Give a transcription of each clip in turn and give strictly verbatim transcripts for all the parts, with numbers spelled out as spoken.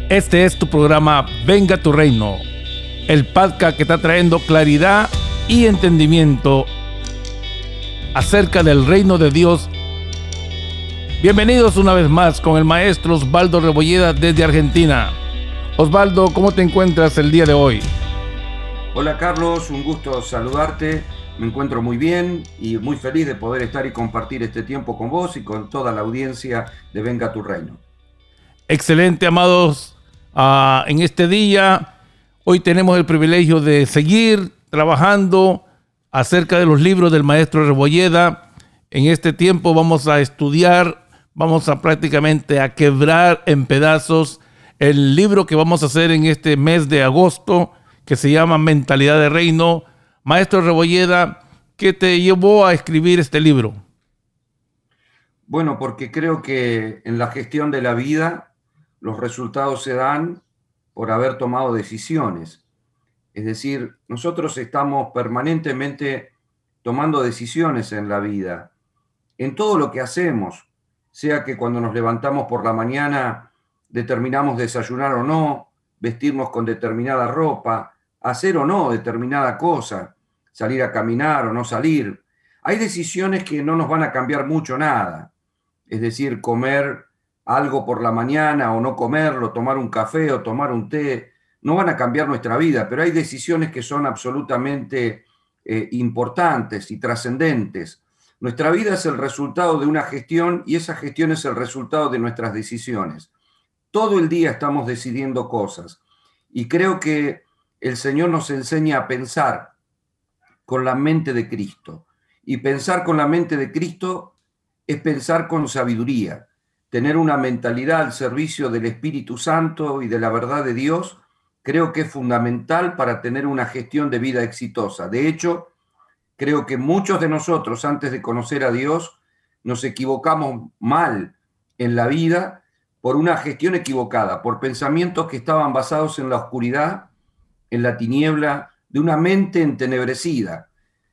Este es tu programa Venga tu Reino, el podcast que está trayendo claridad y entendimiento acerca del reino de Dios. Bienvenidos una vez más con el maestro Osvaldo Rebolleda desde Argentina. Osvaldo, ¿cómo te encuentras el día de hoy? Hola Carlos, un gusto saludarte. Me encuentro muy bien y muy feliz de poder estar y compartir este tiempo con vos y con toda la audiencia de Venga tu Reino. Excelente, amados. Uh, en este día, hoy tenemos el privilegio de seguir trabajando acerca de los libros del maestro Rebolleda. En este tiempo vamos a estudiar, vamos a prácticamente a quebrar en pedazos el libro que vamos a hacer en este mes de agosto, que se llama Mentalidad de Reino. Maestro Rebolleda, ¿qué te llevó a escribir este libro? Bueno, porque creo que en la gestión de la vida los resultados se dan por haber tomado decisiones. Es decir, nosotros estamos permanentemente tomando decisiones en la vida, en todo lo que hacemos, sea que cuando nos levantamos por la mañana determinamos desayunar o no, vestirnos con determinada ropa, hacer o no determinada cosa, salir a caminar o no salir. Hay decisiones que no nos van a cambiar mucho nada. Es decir, comer algo por la mañana o no comerlo, tomar un café o tomar un té, no van a cambiar nuestra vida, pero hay decisiones que son absolutamente eh, importantes y trascendentes. Nuestra vida es el resultado de una gestión y esa gestión es el resultado de nuestras decisiones. Todo el día estamos decidiendo cosas y creo que el Señor nos enseña a pensar con la mente de Cristo. Y pensar con la mente de Cristo es pensar con sabiduría, tener una mentalidad al servicio del Espíritu Santo y de la verdad de Dios. Creo que es fundamental para tener una gestión de vida exitosa. De hecho, creo que muchos de nosotros, antes de conocer a Dios, nos equivocamos mal en la vida por una gestión equivocada, por pensamientos que estaban basados en la oscuridad, en la tiniebla, de una mente entenebrecida.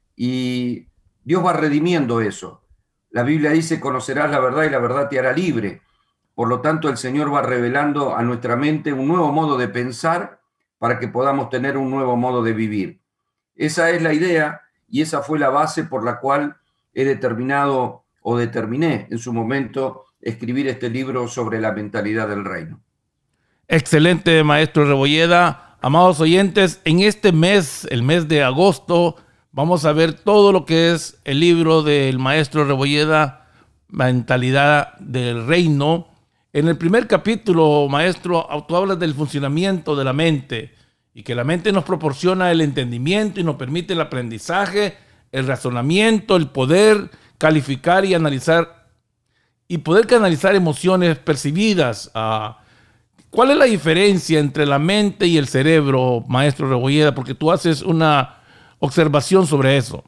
Y Dios va redimiendo eso. La Biblia dice, conocerás la verdad y la verdad te hará libre. Por lo tanto, el Señor va revelando a nuestra mente un nuevo modo de pensar para que podamos tener un nuevo modo de vivir. Esa es la idea y esa fue la base por la cual he determinado o determiné en su momento escribir este libro sobre la mentalidad del reino. Excelente, maestro Rebolleda. Amados oyentes, en este mes, el mes de agosto, vamos a ver todo lo que es el libro del maestro Rebolleda, Mentalidad del Reino. En el primer capítulo, maestro, tú hablas del funcionamiento de la mente y que la mente nos proporciona el entendimiento y nos permite el aprendizaje, el razonamiento, el poder calificar y analizar y poder canalizar emociones percibidas. Uh, ¿Cuál es la diferencia entre la mente y el cerebro, maestro Rebolleda? Porque tú haces una observación sobre eso.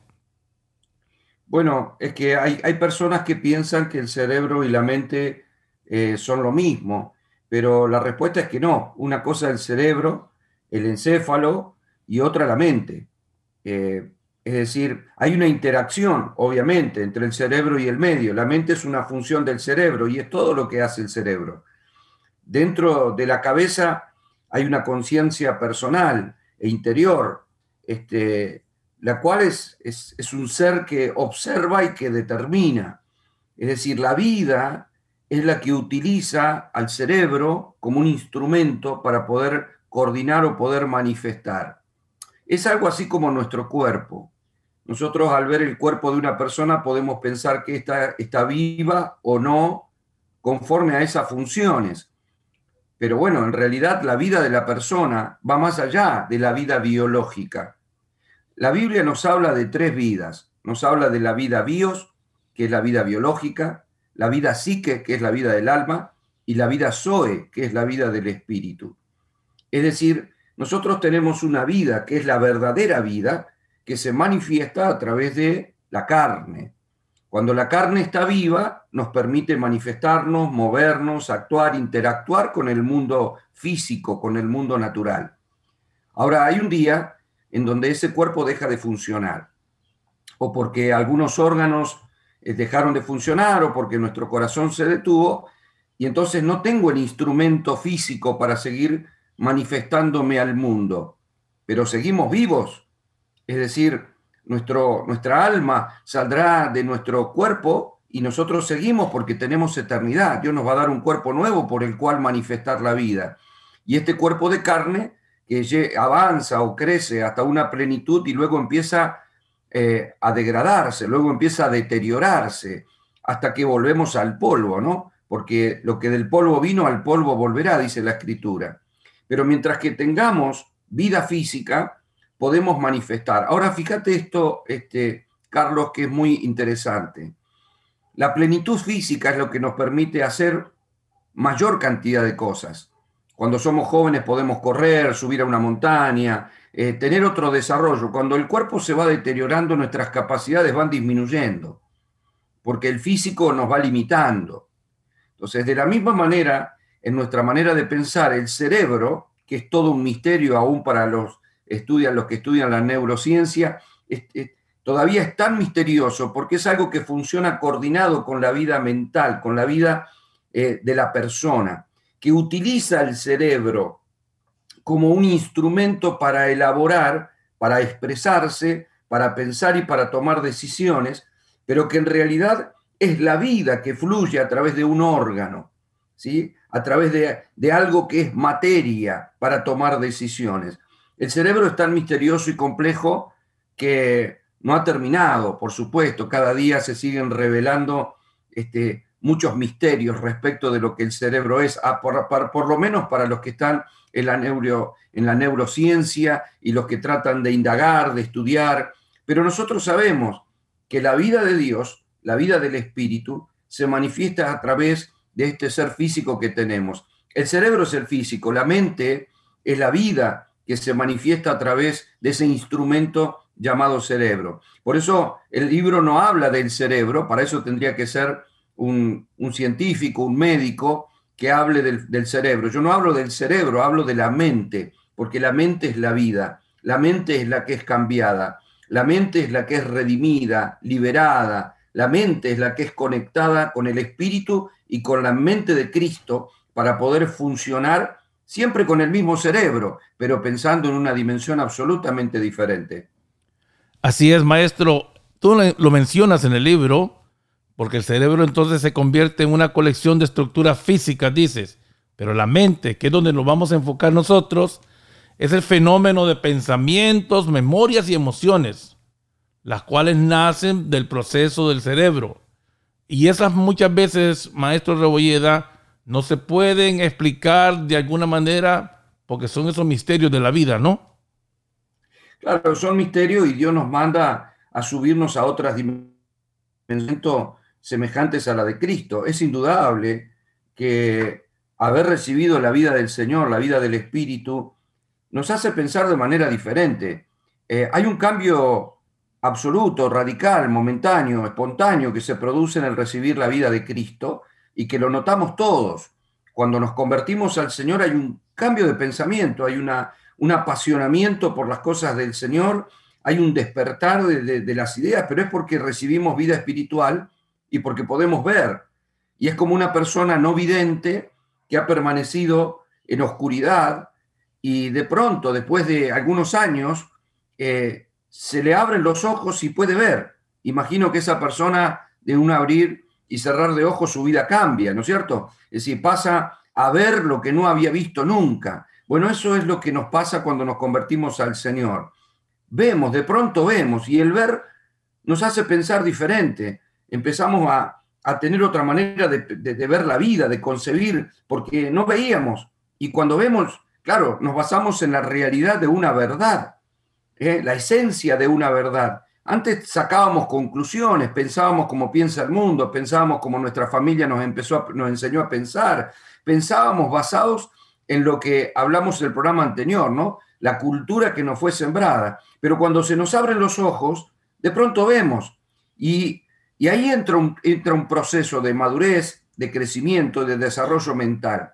Bueno, es que hay, hay personas que piensan que el cerebro y la mente eh, son lo mismo, pero la respuesta es que no. Una cosa es el cerebro, el encéfalo, y otra la mente. Eh, es decir, hay una interacción, obviamente, entre el cerebro y el medio. La mente es una función del cerebro y es todo lo que hace el cerebro. Dentro de la cabeza hay una conciencia personal e interior, este, la cual es, es, es un ser que observa y que determina. Es decir, la vida es la que utiliza al cerebro como un instrumento para poder coordinar o poder manifestar. Es algo así como nuestro cuerpo. Nosotros al ver el cuerpo de una persona podemos pensar que está, está viva o no conforme a esas funciones. Pero bueno, en realidad la vida de la persona va más allá de la vida biológica. La Biblia nos habla de tres vidas. Nos habla de la vida bios, que es la vida biológica, la vida psique, que es la vida del alma, y la vida zoe, que es la vida del espíritu. Es decir, nosotros tenemos una vida que es la verdadera vida, que se manifiesta a través de la carne. Cuando la carne está viva, nos permite manifestarnos, movernos, actuar, interactuar con el mundo físico, con el mundo natural. Ahora, hay un día en donde ese cuerpo deja de funcionar, o porque algunos órganos dejaron de funcionar, o porque nuestro corazón se detuvo, y entonces no tengo el instrumento físico para seguir manifestándome al mundo, pero seguimos vivos, es decir, nuestro, nuestra alma saldrá de nuestro cuerpo y nosotros seguimos porque tenemos eternidad. Dios nos va a dar un cuerpo nuevo por el cual manifestar la vida. Y este cuerpo de carne que avanza o crece hasta una plenitud y luego empieza eh, a degradarse, luego empieza a deteriorarse hasta que volvemos al polvo, ¿no? Porque lo que del polvo vino, al polvo volverá, dice la Escritura. Pero mientras que tengamos vida física, podemos manifestar. Ahora, fíjate esto, este, Carlos, que es muy interesante. La plenitud física es lo que nos permite hacer mayor cantidad de cosas. Cuando somos jóvenes podemos correr, subir a una montaña, eh, tener otro desarrollo. Cuando el cuerpo se va deteriorando, nuestras capacidades van disminuyendo, porque el físico nos va limitando. Entonces, de la misma manera, en nuestra manera de pensar, el cerebro, que es todo un misterio aún para los, estudian, los que estudian la neurociencia, es, es, todavía es tan misterioso porque es algo que funciona coordinado con la vida mental, con la vida eh, de la persona, que utiliza el cerebro como un instrumento para elaborar, para expresarse, para pensar y para tomar decisiones, pero que en realidad es la vida que fluye a través de un órgano, ¿sí? A través de, de algo que es materia para tomar decisiones. El cerebro es tan misterioso y complejo que no ha terminado, por supuesto. Cada día se siguen revelando este, muchos misterios respecto de lo que el cerebro es, a por, por, por lo menos para los que están en la, neuro, en la neurociencia y los que tratan de indagar, de estudiar. Pero nosotros sabemos que la vida de Dios, la vida del Espíritu, se manifiesta a través de este ser físico que tenemos. El cerebro es el físico, la mente es la vida que se manifiesta a través de ese instrumento llamado cerebro. Por eso el libro no habla del cerebro, para eso tendría que ser un, un científico, un médico que hable del, del cerebro. Yo no hablo del cerebro, hablo de la mente, porque la mente es la vida, la mente es la que es cambiada, la mente es la que es redimida, liberada, la mente es la que es conectada con el Espíritu y con la mente de Cristo para poder funcionar siempre con el mismo cerebro, pero pensando en una dimensión absolutamente diferente. Así es, maestro. Tú lo mencionas en el libro, porque el cerebro entonces se convierte en una colección de estructuras físicas, dices, pero la mente, que es donde nos vamos a enfocar nosotros, es el fenómeno de pensamientos, memorias y emociones, las cuales nacen del proceso del cerebro. Y esas muchas veces, maestro Rebolleda, no se pueden explicar de alguna manera porque son esos misterios de la vida, ¿no? Claro, son misterios y Dios nos manda a subirnos a otras dimensiones semejantes a la de Cristo. Es indudable que haber recibido la vida del Señor, la vida del Espíritu, nos hace pensar de manera diferente. Eh, hay un cambio absoluto, radical, momentáneo, espontáneo que se produce en el recibir la vida de Cristo y que lo notamos todos. Cuando nos convertimos al Señor hay un cambio de pensamiento, hay una, un apasionamiento por las cosas del Señor, hay un despertar de, de, de las ideas, pero es porque recibimos vida espiritual y porque podemos ver. Y es como una persona no vidente que ha permanecido en oscuridad y de pronto, después de algunos años, eh, se le abren los ojos y puede ver. Imagino que esa persona, de un abrir y cerrar de ojos, su vida cambia, ¿no es cierto? Es decir, pasa a ver lo que no había visto nunca. Bueno, eso es lo que nos pasa cuando nos convertimos al Señor. Vemos, de pronto vemos, y el ver nos hace pensar diferente. Empezamos a, a tener otra manera de, de, de ver la vida, de concebir, porque no veíamos. Y cuando vemos, claro, nos basamos en la realidad de una verdad, ¿eh? La esencia de una verdad. Antes sacábamos conclusiones, pensábamos como piensa el mundo, pensábamos como nuestra familia nos, empezó a, nos enseñó a pensar, pensábamos basados en lo que hablamos en el programa anterior, ¿no? La cultura que nos fue sembrada. Pero cuando se nos abren los ojos, de pronto vemos. Y, y ahí entra un, entra un proceso de madurez, de crecimiento, de desarrollo mental.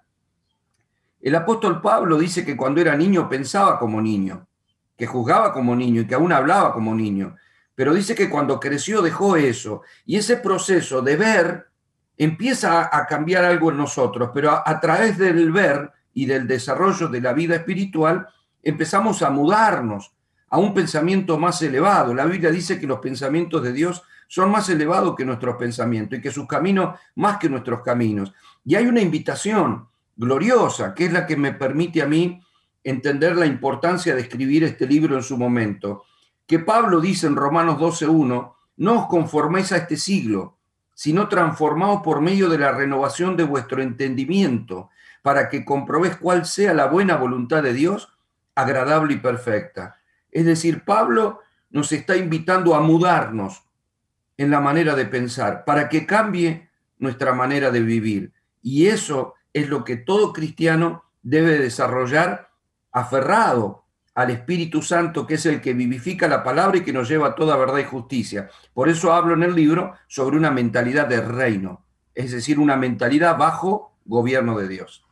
El apóstol Pablo dice que cuando era niño pensaba como niño, que juzgaba como niño y que aún hablaba como niño. Pero dice que cuando creció dejó eso. Y ese proceso de ver empieza a cambiar algo en nosotros, pero a, a través del ver y del desarrollo de la vida espiritual, empezamos a mudarnos a un pensamiento más elevado. La Biblia dice que los pensamientos de Dios son más elevados que nuestros pensamientos y que sus caminos más que nuestros caminos. Y hay una invitación gloriosa, que es la que me permite a mí entender la importancia de escribir este libro en su momento, que Pablo dice en Romanos doce uno, no os conforméis a este siglo, sino transformaos por medio de la renovación de vuestro entendimiento, para que comprobéis cuál sea la buena voluntad de Dios, agradable y perfecta. Es decir, Pablo nos está invitando a mudarnos en la manera de pensar, para que cambie nuestra manera de vivir. Y eso es lo que todo cristiano debe desarrollar, aferrado al Espíritu Santo, que es el que vivifica la palabra y que nos lleva a toda verdad y justicia. Por eso hablo en el libro sobre una mentalidad de reino, es decir, una mentalidad bajo gobierno de Dios.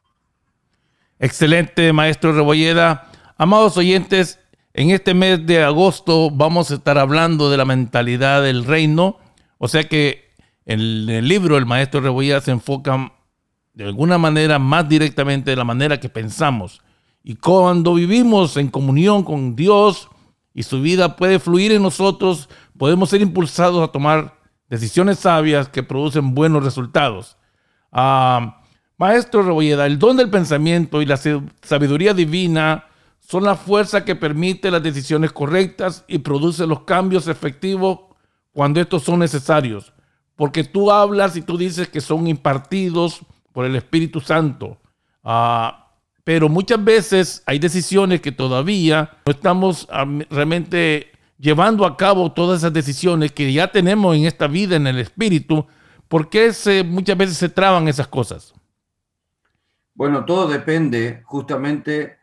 Excelente, maestro Rebolleda. Amados oyentes, en este mes de agosto vamos a estar hablando de la mentalidad del reino. O sea que en el libro el maestro Rebolleda se enfoca de alguna manera más directamente de la manera que pensamos. Y cuando vivimos en comunión con Dios y su vida puede fluir en nosotros, podemos ser impulsados a tomar decisiones sabias que producen buenos resultados. Uh, Maestro Rebolleda, el don del pensamiento y la sabiduría divina son la fuerza que permite las decisiones correctas y produce los cambios efectivos cuando estos son necesarios. Porque tú hablas y tú dices que son impartidos por el Espíritu Santo. Uh, pero muchas veces hay decisiones que todavía no estamos um, realmente llevando a cabo todas esas decisiones que ya tenemos en esta vida, en el Espíritu. ¿Por qué se, muchas veces se traban esas cosas? Bueno, todo depende justamente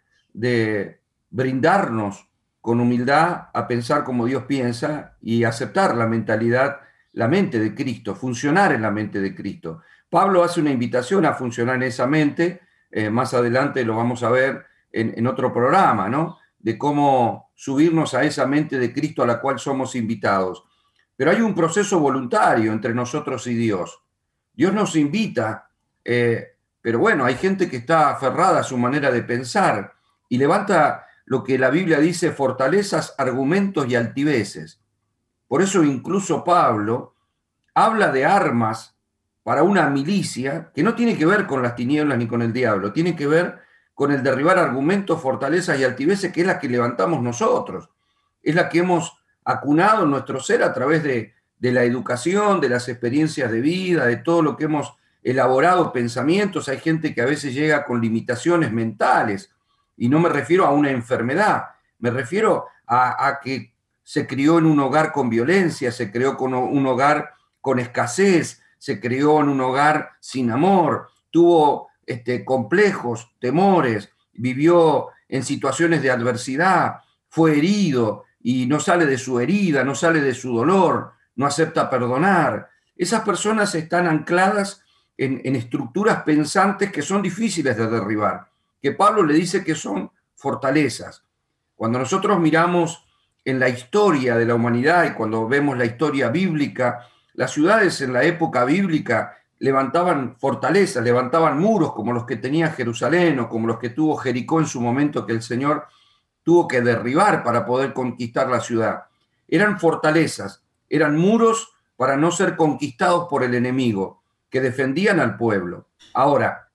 de brindarnos con humildad a pensar como Dios piensa y aceptar la mentalidad, la mente de Cristo, funcionar en la mente de Cristo. Pablo hace una invitación a funcionar en esa mente, eh, más adelante lo vamos a ver en, en otro programa, ¿no? De cómo subirnos a esa mente de Cristo a la cual somos invitados. Pero hay un proceso voluntario entre nosotros y Dios. Dios nos invita, eh, pero bueno, hay gente que está aferrada a su manera de pensar y levanta lo que la Biblia dice, fortalezas, argumentos y altiveces. Por eso incluso Pablo habla de armas para una milicia que no tiene que ver con las tinieblas ni con el diablo, tiene que ver con el derribar argumentos, fortalezas y altiveces, que es la que levantamos nosotros, es la que hemos acunado en nuestro ser a través de, de la educación, de las experiencias de vida, de todo lo que hemos elaborado, pensamientos. Hay gente que a veces llega con limitaciones mentales, y no me refiero a una enfermedad, me refiero a, a que se crió en un hogar con violencia, se crió con un hogar con escasez, se crió en un hogar sin amor, tuvo este, complejos, temores, vivió en situaciones de adversidad, fue herido y no sale de su herida, no sale de su dolor, no acepta perdonar. Esas personas están ancladas en, en estructuras pensantes que son difíciles de derribar, que Pablo le dice que son fortalezas. Cuando nosotros miramos en la historia de la humanidad y cuando vemos la historia bíblica, las ciudades en la época bíblica levantaban fortalezas, levantaban muros como los que tenía Jerusalén o como los que tuvo Jericó en su momento, que el Señor tuvo que derribar para poder conquistar la ciudad. Eran fortalezas, eran muros para no ser conquistados por el enemigo, que defendían al pueblo. Ahora,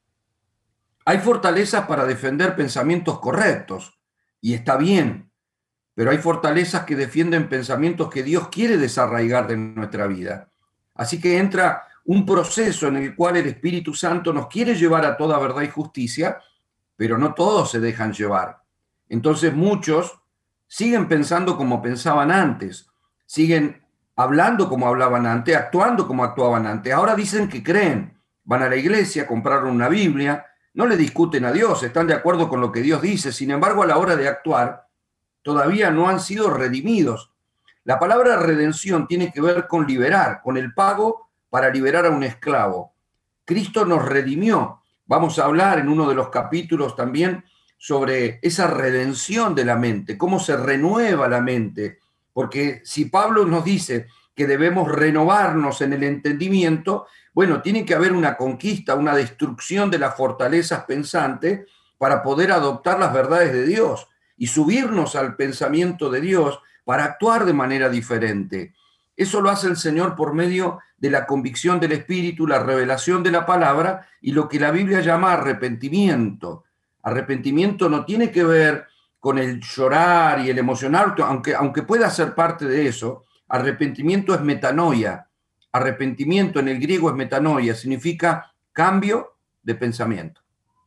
hay fortalezas para defender pensamientos correctos, y está bien, pero hay fortalezas que defienden pensamientos que Dios quiere desarraigar de nuestra vida. Así que entra un proceso en el cual el Espíritu Santo nos quiere llevar a toda verdad y justicia, pero no todos se dejan llevar. Entonces muchos siguen pensando como pensaban antes, siguen hablando como hablaban antes, actuando como actuaban antes. Ahora dicen que creen, van a la iglesia, compraron una Biblia, no le discuten a Dios, están de acuerdo con lo que Dios dice. Sin embargo, a la hora de actuar, todavía no han sido redimidos. La palabra redención tiene que ver con liberar, con el pago para liberar a un esclavo. Cristo nos redimió. Vamos a hablar en uno de los capítulos también sobre esa redención de la mente, cómo se renueva la mente. Porque si Pablo nos dice que debemos renovarnos en el entendimiento, bueno, tiene que haber una conquista, una destrucción de las fortalezas pensantes para poder adoptar las verdades de Dios y subirnos al pensamiento de Dios para actuar de manera diferente. Eso lo hace el Señor por medio de la convicción del Espíritu, la revelación de la palabra y lo que la Biblia llama arrepentimiento. Arrepentimiento no tiene que ver con el llorar y el emocionar, aunque, aunque pueda ser parte de eso. Arrepentimiento es metanoia. Arrepentimiento en el griego es metanoia, significa cambio de pensamiento.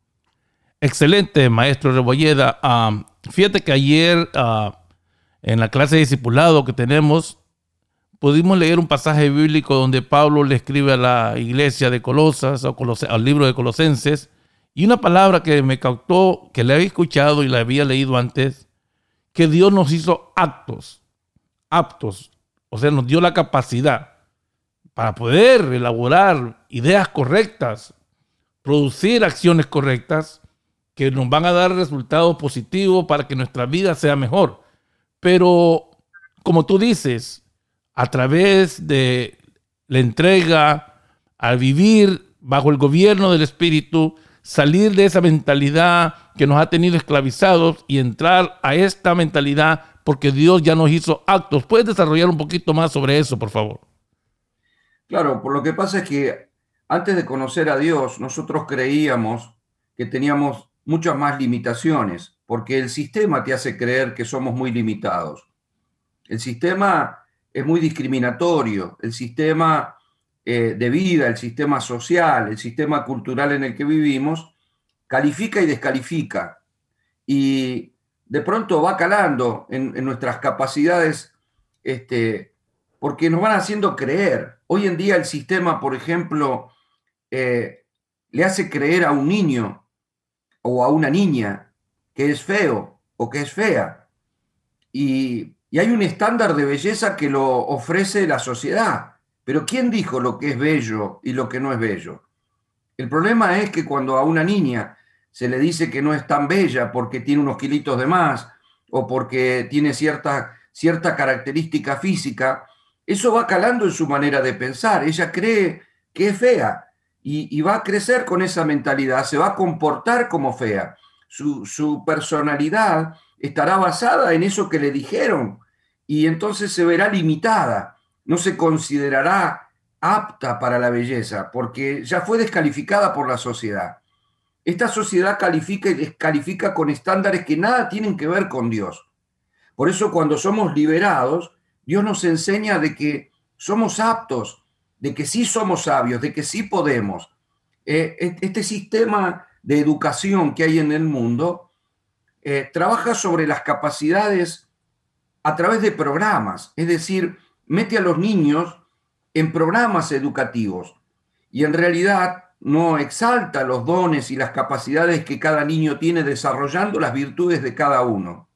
Excelente, maestro Rebolleda. Uh, fíjate que ayer uh, en la clase de discipulado que tenemos, pudimos leer un pasaje bíblico donde Pablo le escribe a la iglesia de Colosas, o Colos- al libro de Colosenses, y una palabra que me captó, que le había escuchado y la había leído antes, que Dios nos hizo aptos, aptos, o sea, nos dio la capacidad para poder elaborar ideas correctas, producir acciones correctas que nos van a dar resultados positivos para que nuestra vida sea mejor. Pero, como tú dices, a través de la entrega, al vivir bajo el gobierno del Espíritu, salir de esa mentalidad que nos ha tenido esclavizados y entrar a esta mentalidad porque Dios ya nos hizo aptos. ¿Puedes desarrollar un poquito más sobre eso, por favor? Claro, por lo que pasa es que antes de conocer a Dios, nosotros creíamos que teníamos muchas más limitaciones, porque el sistema te hace creer que somos muy limitados. El sistema es muy discriminatorio, el sistema eh, de vida, el sistema social, el sistema cultural en el que vivimos, califica y descalifica. Y de pronto va calando en, en nuestras capacidades, este, porque nos van haciendo creer. Hoy en día el sistema, por ejemplo, eh, le hace creer a un niño o a una niña que es feo o que es fea. Y, y hay un estándar de belleza que lo ofrece la sociedad. Pero ¿quién dijo lo que es bello y lo que no es bello? El problema es que cuando a una niña se le dice que no es tan bella porque tiene unos kilitos de más o porque tiene cierta, cierta característica física, eso va calando en su manera de pensar. Ella cree que es fea y, y va a crecer con esa mentalidad, se va a comportar como fea. Su, su personalidad estará basada en eso que le dijeron y entonces se verá limitada, no se considerará apta para la belleza porque ya fue descalificada por la sociedad. Esta sociedad califica y descalifica con estándares que nada tienen que ver con Dios. Por eso cuando somos liberados, Dios nos enseña de que somos aptos, de que sí somos sabios, de que sí podemos. Eh, este sistema de educación que hay en el mundo eh, trabaja sobre las capacidades a través de programas, es decir, mete a los niños en programas educativos y en realidad no exalta los dones y las capacidades que cada niño tiene desarrollando las virtudes de cada uno.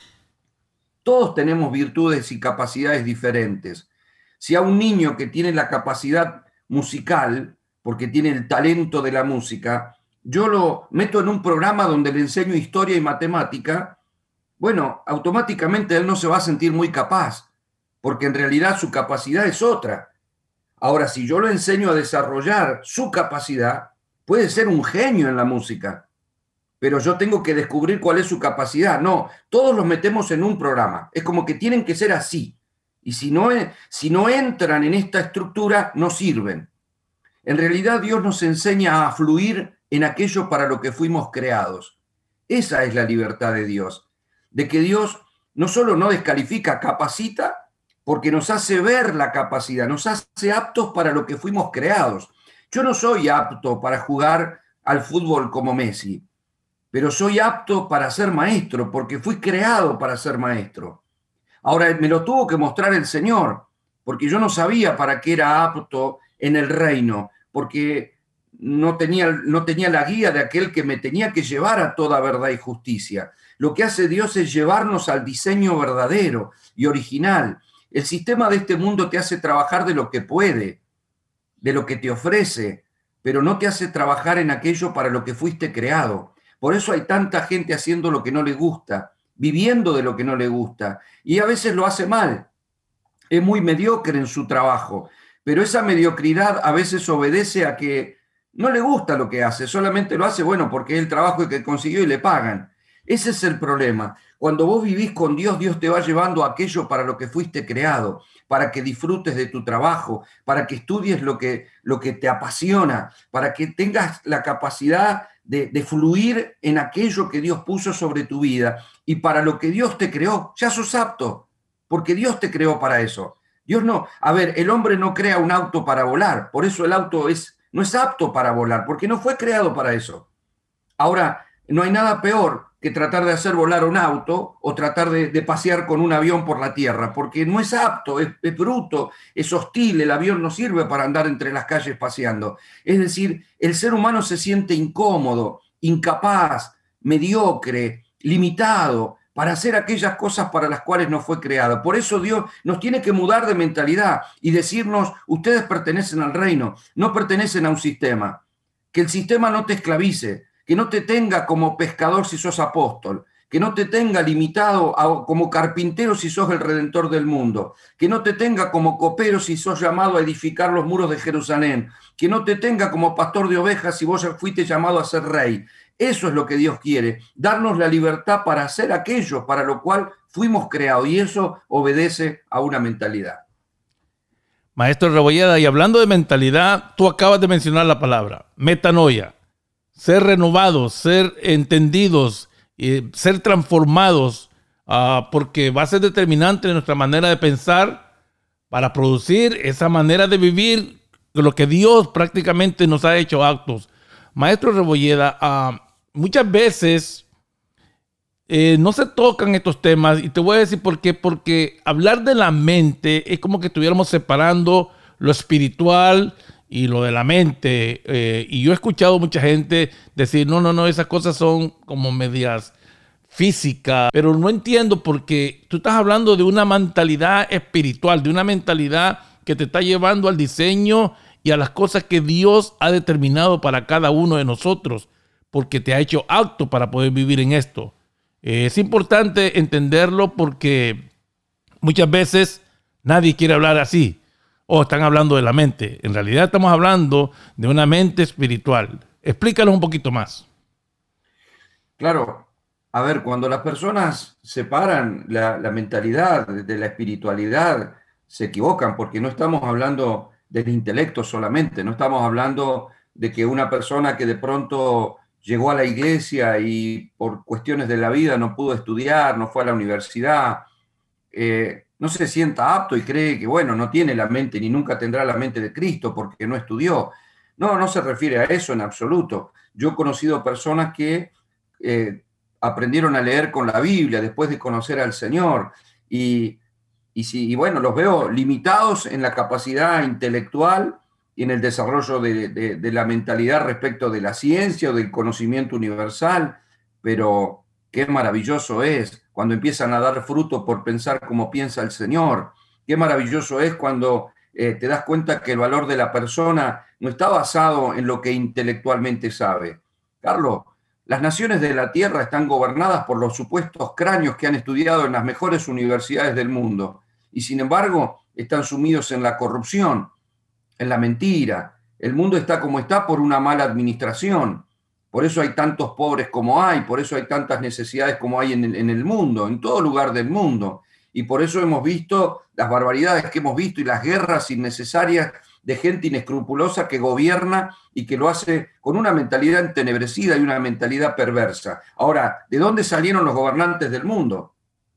Todos tenemos virtudes y capacidades diferentes. Si a un niño que tiene la capacidad musical, porque tiene el talento de la música, yo lo meto en un programa donde le enseño historia y matemática, bueno, automáticamente él no se va a sentir muy capaz, porque en realidad su capacidad es otra. Ahora, si yo lo enseño a desarrollar su capacidad, puede ser un genio en la música, pero yo tengo que descubrir cuál es su capacidad. No, todos los metemos en un programa. Es como que tienen que ser así. Y si no, si no entran en esta estructura, no sirven. En realidad, Dios nos enseña a fluir en aquello para lo que fuimos creados. Esa es la libertad de Dios. De que Dios no solo no descalifica, capacita, porque nos hace ver la capacidad, nos hace aptos para lo que fuimos creados. Yo no soy apto para jugar al fútbol como Messi, pero soy apto para ser maestro, porque fui creado para ser maestro. Ahora, me lo tuvo que mostrar el Señor, porque yo no sabía para qué era apto en el reino, porque no tenía, no tenía la guía de aquel que me tenía que llevar a toda verdad y justicia. Lo que hace Dios es llevarnos al diseño verdadero y original. El sistema de este mundo te hace trabajar de lo que puede, de lo que te ofrece, pero no te hace trabajar en aquello para lo que fuiste creado. Por eso hay tanta gente haciendo lo que no le gusta, viviendo de lo que no le gusta, y a veces lo hace mal. es muy mediocre en su trabajo, pero esa mediocridad a veces obedece a que no le gusta lo que hace, solamente lo hace, bueno, porque es el trabajo que consiguió y le pagan. Ese es el problema. Cuando vos vivís con Dios, Dios te va llevando a aquello para lo que fuiste creado, para que disfrutes de tu trabajo, para que estudies lo que, lo que te apasiona, para que tengas la capacidad de, de fluir en aquello que Dios puso sobre tu vida y para lo que Dios te creó. Ya sos apto, porque Dios te creó para eso. Dios no, a ver, el hombre no crea un auto para volar, por eso el auto es, no es apto para volar, porque no fue creado para eso. Ahora, no hay nada peor que tratar de hacer volar un auto o tratar de, de pasear con un avión por la tierra, porque no es apto, es, es bruto, es hostil, el avión no sirve para andar entre las calles paseando. Es decir, el ser humano se siente incómodo, incapaz, mediocre, limitado para hacer aquellas cosas para las cuales no fue creado. Por eso Dios nos tiene que mudar de mentalidad y decirnos, ustedes pertenecen al reino, no pertenecen a un sistema. Que el sistema no te esclavice, que no te tenga como pescador si sos apóstol, que no te tenga limitado a, como carpintero si sos el redentor del mundo, que no te tenga como copero si sos llamado a edificar los muros de Jerusalén, que no te tenga como pastor de ovejas si vos fuiste llamado a ser rey. Eso es lo que Dios quiere, darnos la libertad para hacer aquello para lo cual fuimos creados, y eso obedece a una mentalidad. Maestro Rebolleda, y hablando de mentalidad, tú acabas de mencionar la palabra metanoia, ser renovados, ser entendidos, eh, ser transformados, uh, porque va a ser determinante en nuestra manera de pensar para producir esa manera de vivir, lo que Dios prácticamente nos ha hecho actos. Maestro Rebolleda, uh, muchas veces eh, no se tocan estos temas, y te voy a decir por qué. Porque hablar de la mente es como que estuviéramos separando lo espiritual y lo de la mente. Eh, y yo he escuchado mucha gente decir, no, no, no, esas cosas son como medias físicas. Pero no entiendo, porque tú estás hablando de una mentalidad espiritual, de una mentalidad que te está llevando al diseño y a las cosas que Dios ha determinado para cada uno de nosotros, porque te ha hecho apto para poder vivir en esto. Eh, es importante entenderlo, porque muchas veces nadie quiere hablar así, o están hablando de la mente. En realidad estamos hablando de una mente espiritual. Explícalo un poquito más. Claro, a ver, cuando las personas separan la, la mentalidad de la espiritualidad, se equivocan, porque no estamos hablando del intelecto solamente, no estamos hablando de que una persona que de pronto llegó a la iglesia y por cuestiones de la vida no pudo estudiar, no fue a la universidad, eh, no se sienta apto y cree que, bueno, no tiene la mente ni nunca tendrá la mente de Cristo porque no estudió. No, no se refiere a eso en absoluto. Yo he conocido personas que eh, aprendieron a leer con la Biblia después de conocer al Señor y, y, si, y bueno, los veo limitados en la capacidad intelectual y en el desarrollo de, de, de la mentalidad respecto de la ciencia o del conocimiento universal, pero qué maravilloso es cuando empiezan a dar fruto por pensar como piensa el Señor. Qué maravilloso es cuando eh, te das cuenta que el valor de la persona no está basado en lo que intelectualmente sabe. Carlos, las naciones de la Tierra están gobernadas por los supuestos cráneos que han estudiado en las mejores universidades del mundo y sin embargo están sumidos en la corrupción, en la mentira. El mundo está como está por una mala administración. Por eso hay tantos pobres como hay, por eso hay tantas necesidades como hay en el, en el mundo, en todo lugar del mundo. Y por eso hemos visto las barbaridades que hemos visto y las guerras innecesarias de gente inescrupulosa que gobierna y que lo hace con una mentalidad entenebrecida y una mentalidad perversa. Ahora, ¿de dónde salieron los gobernantes del mundo?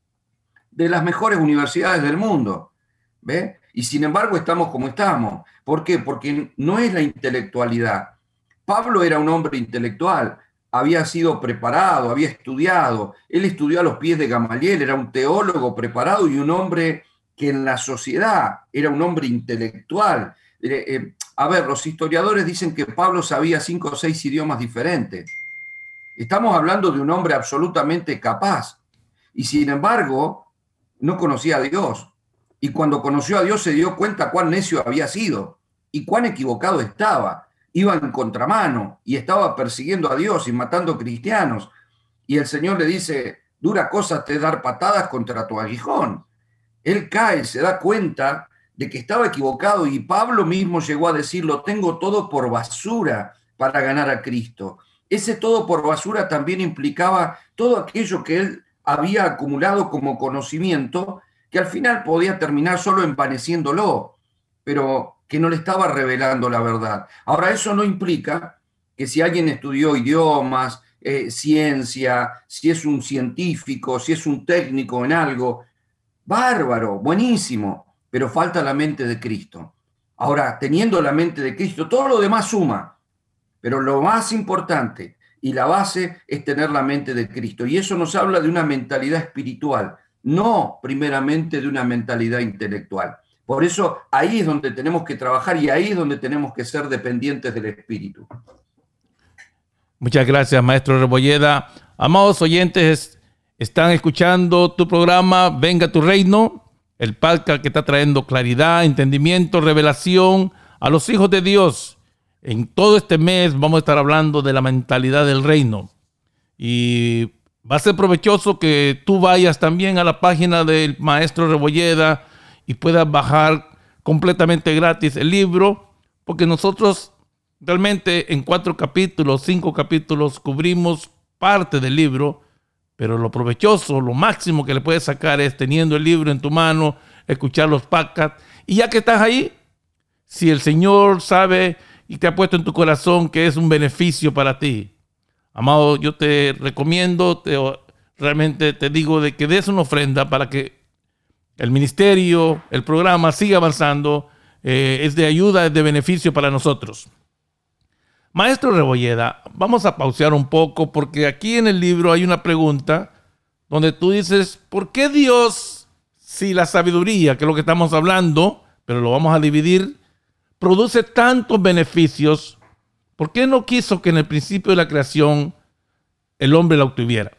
De las mejores universidades del mundo. ¿Ve? Y sin embargo estamos como estamos. ¿Por qué? Porque no es la intelectualidad. Pablo era un hombre intelectual, había sido preparado, había estudiado. Él estudió a los pies de Gamaliel, era un teólogo preparado y un hombre que en la sociedad era un hombre intelectual. Eh, eh, a ver, los historiadores dicen que Pablo sabía cinco o seis idiomas diferentes. Estamos hablando de un hombre absolutamente capaz. Y sin embargo, no conocía a Dios. Y cuando conoció a Dios se dio cuenta cuán necio había sido y cuán equivocado estaba. Iba en contramano y estaba persiguiendo a Dios y matando cristianos. Y el Señor le dice, dura cosa te dar patadas contra tu aguijón. Él cae, se da cuenta de que estaba equivocado y Pablo mismo llegó a decirlo, tengo todo por basura para ganar a Cristo. Ese todo por basura también implicaba todo aquello que él había acumulado como conocimiento, que al final podía terminar solo envaneciéndolo, pero que no le estaba revelando la verdad. Ahora, eso no implica que si alguien estudió idiomas, eh, ciencia, si es un científico, si es un técnico en algo, bárbaro, buenísimo, pero falta la mente de Cristo. Ahora, teniendo la mente de Cristo, todo lo demás suma, pero lo más importante y la base es tener la mente de Cristo. Y eso nos habla de una mentalidad espiritual, no primeramente de una mentalidad intelectual. Por eso ahí es donde tenemos que trabajar y ahí es donde tenemos que ser dependientes del Espíritu. Muchas gracias, maestro Rebolleda. Amados oyentes, están escuchando tu programa Venga tu Reino, el podcast que está trayendo claridad, entendimiento, revelación a los hijos de Dios. En todo este mes vamos a estar hablando de la mentalidad del reino. Y va a ser provechoso que tú vayas también a la página del maestro Rebolleda y puedas bajar completamente gratis el libro, porque nosotros realmente en cuatro capítulos, cinco capítulos, cubrimos parte del libro, pero lo provechoso, lo máximo que le puedes sacar es teniendo el libro en tu mano, escuchar los podcasts. Y ya que estás ahí, si el Señor sabe y te ha puesto en tu corazón que es un beneficio para ti, amado, yo te recomiendo, te, realmente te digo de que des una ofrenda para que el ministerio, el programa siga avanzando. Eh, es de ayuda, es de beneficio para nosotros. Maestro Rebolleda, vamos a pausear un poco porque aquí en el libro hay una pregunta donde tú dices, ¿por qué Dios, si la sabiduría, que es lo que estamos hablando, pero lo vamos a dividir, produce tantos beneficios, por qué no quiso que en el principio de la creación el hombre la obtuviera?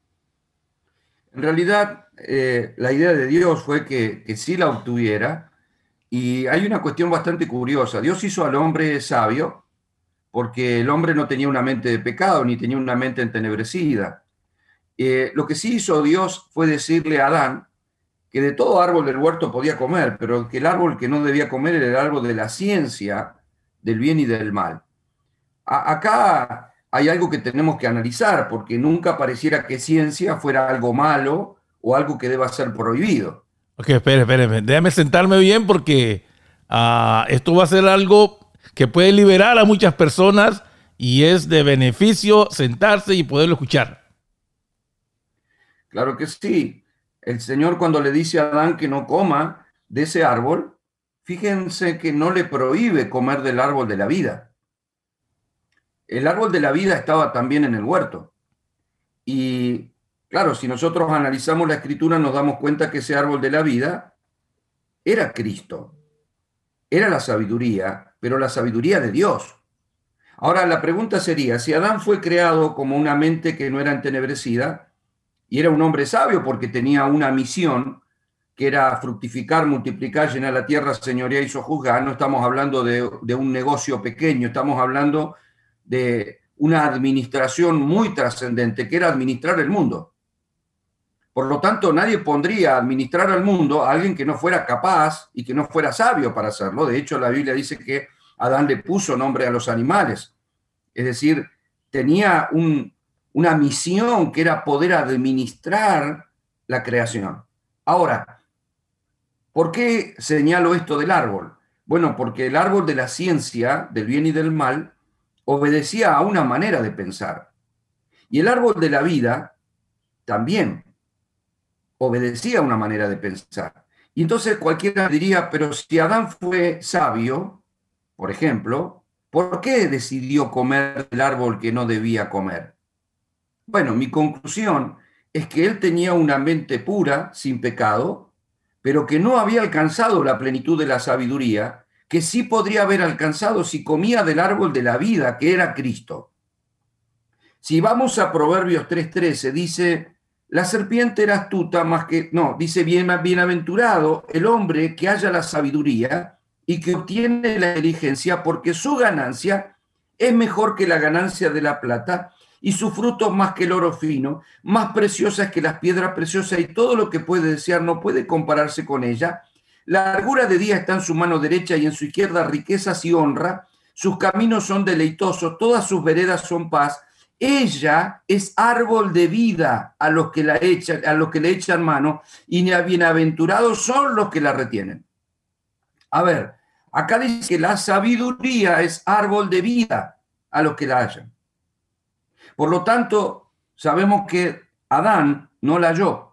En realidad, eh, la idea de Dios fue que, que sí la obtuviera, y hay una cuestión bastante curiosa. Dios hizo al hombre sabio, porque el hombre no tenía una mente de pecado, ni tenía una mente entenebrecida. Eh, lo que sí hizo Dios fue decirle a Adán que de todo árbol del huerto podía comer, pero que el árbol que no debía comer era el árbol de la ciencia, del bien y del mal. A- acá hay algo que tenemos que analizar, porque nunca pareciera que ciencia fuera algo malo o algo que deba ser prohibido. Ok, espere, espere, déjame sentarme bien porque uh, esto va a ser algo que puede liberar a muchas personas y es de beneficio sentarse y poderlo escuchar. Claro que sí. El Señor, cuando le dice a Adán que no coma de ese árbol, fíjense que no le prohíbe comer del árbol de la vida. El árbol de la vida estaba también en el huerto. Y claro, si nosotros analizamos la escritura, nos damos cuenta que ese árbol de la vida era Cristo, era la sabiduría, pero la sabiduría de Dios. Ahora, la pregunta sería, si Adán fue creado como una mente que no era entenebrecida, y era un hombre sabio porque tenía una misión que era fructificar, multiplicar, llenar la tierra, señorear y sojuzgar. No estamos hablando de, de un negocio pequeño, estamos hablando de una administración muy trascendente, que era administrar el mundo. Por lo tanto, nadie pondría a administrar al mundo a alguien que no fuera capaz y que no fuera sabio para hacerlo. De hecho, la Biblia dice que Adán le puso nombre a los animales. Es decir, tenía un, una misión que era poder administrar la creación. Ahora, ¿por qué señalo esto del árbol? Bueno, porque el árbol de la ciencia, del bien y del mal, obedecía a una manera de pensar. Y el árbol de la vida también obedecía a una manera de pensar. Y entonces cualquiera diría, pero si Adán fue sabio, por ejemplo, ¿por qué decidió comer del árbol que no debía comer? Bueno, mi conclusión es que él tenía una mente pura, sin pecado, pero que no había alcanzado la plenitud de la sabiduría, que sí podría haber alcanzado si comía del árbol de la vida, que era Cristo. Si vamos a Proverbios tres trece, dice, la serpiente era astuta más que... No, dice, bien, bienaventurado el hombre que haya la sabiduría y que obtiene la inteligencia, porque su ganancia es mejor que la ganancia de la plata y su fruto más que el oro fino, más preciosa es que las piedras preciosas, y todo lo que puede desear no puede compararse con ella. La largura de día está en su mano derecha y en su izquierda riquezas y honra. Sus caminos son deleitosos, todas sus veredas son paz. Ella es árbol de vida a los que la echan, a los que le echan mano, y bienaventurados son los que la retienen. A ver, acá dice que la sabiduría es árbol de vida a los que la hallan. Por lo tanto, sabemos que Adán no la halló.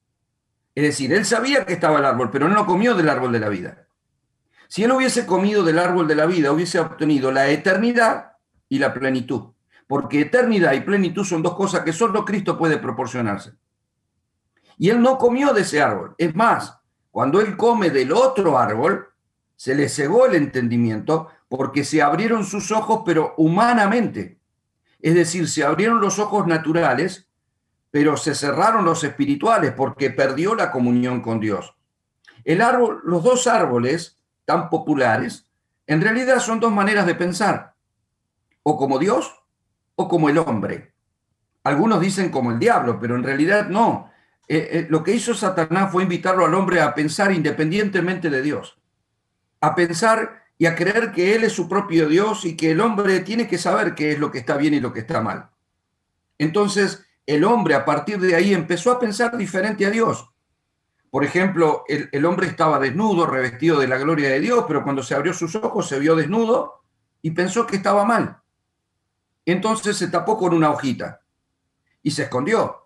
Es decir, él sabía que estaba el árbol, pero no comió del árbol de la vida. Si él hubiese comido del árbol de la vida, hubiese obtenido la eternidad y la plenitud. Porque eternidad y plenitud son dos cosas que solo Cristo puede proporcionarse. Y él no comió de ese árbol. Es más, cuando él come del otro árbol, se le cegó el entendimiento porque se abrieron sus ojos, pero humanamente. Es decir, se abrieron los ojos naturales, pero se cerraron los espirituales porque perdió la comunión con Dios. El árbol, los dos árboles tan populares, en realidad son dos maneras de pensar, o como Dios o como el hombre. Algunos dicen como el diablo, pero en realidad no. Eh, eh, lo que hizo Satanás fue invitarlo al hombre a pensar independientemente de Dios, a pensar y a creer que él es su propio Dios y que el hombre tiene que saber qué es lo que está bien y lo que está mal. Entonces, el hombre a partir de ahí empezó a pensar diferente a Dios. Por ejemplo, el, el hombre estaba desnudo, revestido de la gloria de Dios, pero cuando se abrió sus ojos se vio desnudo y pensó que estaba mal. Entonces se tapó con una hojita y se escondió.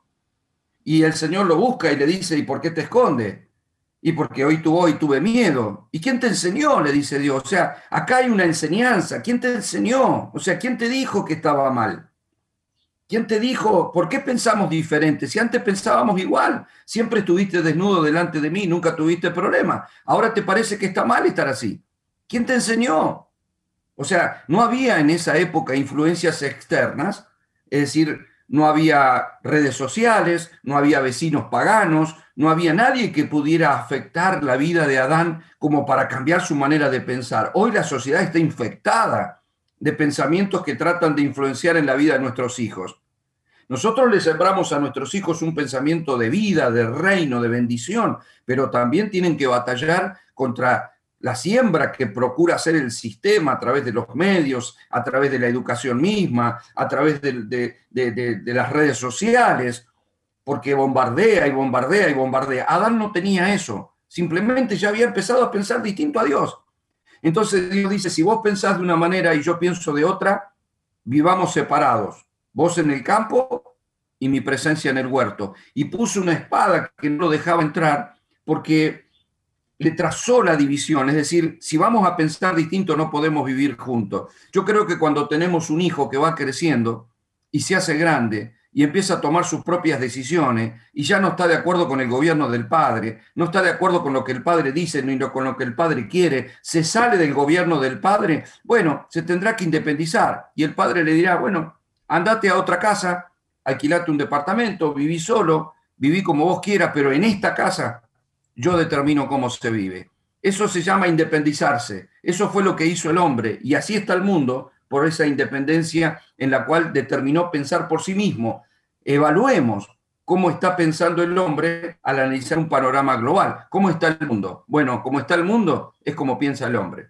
Y el Señor lo busca y le dice, ¿y por qué te escondes? Y porque hoy tuve, hoy tuve miedo. ¿Y quién te enseñó? Le dice Dios. O sea, acá hay una enseñanza. ¿Quién te enseñó? O sea, ¿quién te dijo que estaba mal? ¿Quién te dijo? ¿Por qué pensamos diferente? Si antes pensábamos igual, siempre estuviste desnudo delante de mí, nunca tuviste problema. Ahora te parece que está mal estar así. ¿Quién te enseñó? O sea, no había en esa época influencias externas, es decir, no había redes sociales, no había vecinos paganos, no había nadie que pudiera afectar la vida de Adán como para cambiar su manera de pensar. Hoy la sociedad está infectada de pensamientos que tratan de influenciar en la vida de nuestros hijos. Nosotros le sembramos a nuestros hijos un pensamiento de vida, de reino, de bendición, pero también tienen que batallar contra la siembra que procura hacer el sistema a través de los medios, a través de la educación misma, a través de, de, de, de, de las redes sociales, porque bombardea y bombardea y bombardea. Adán no tenía eso, simplemente ya había empezado a pensar distinto a Dios. Entonces Dios dice, si vos pensás de una manera y yo pienso de otra, vivamos separados, vos en el campo y mi presencia en el huerto. Y puso una espada que no lo dejaba entrar porque le trazó la división, es decir, si vamos a pensar distinto no podemos vivir juntos. Yo creo que cuando tenemos un hijo que va creciendo y se hace grande y empieza a tomar sus propias decisiones y ya no está de acuerdo con el gobierno del padre, no está de acuerdo con lo que el padre dice ni con lo que el padre quiere, se sale del gobierno del padre, bueno, se tendrá que independizar y el padre le dirá, bueno, andate a otra casa, alquilate un departamento, viví solo, viví como vos quieras, pero en esta casa yo determino cómo se vive. Eso se llama independizarse. Eso fue lo que hizo el hombre. Y así está el mundo por esa independencia en la cual determinó pensar por sí mismo. Evaluemos cómo está pensando el hombre al analizar un panorama global. ¿Cómo está el mundo? Bueno, como está el mundo es como piensa el hombre.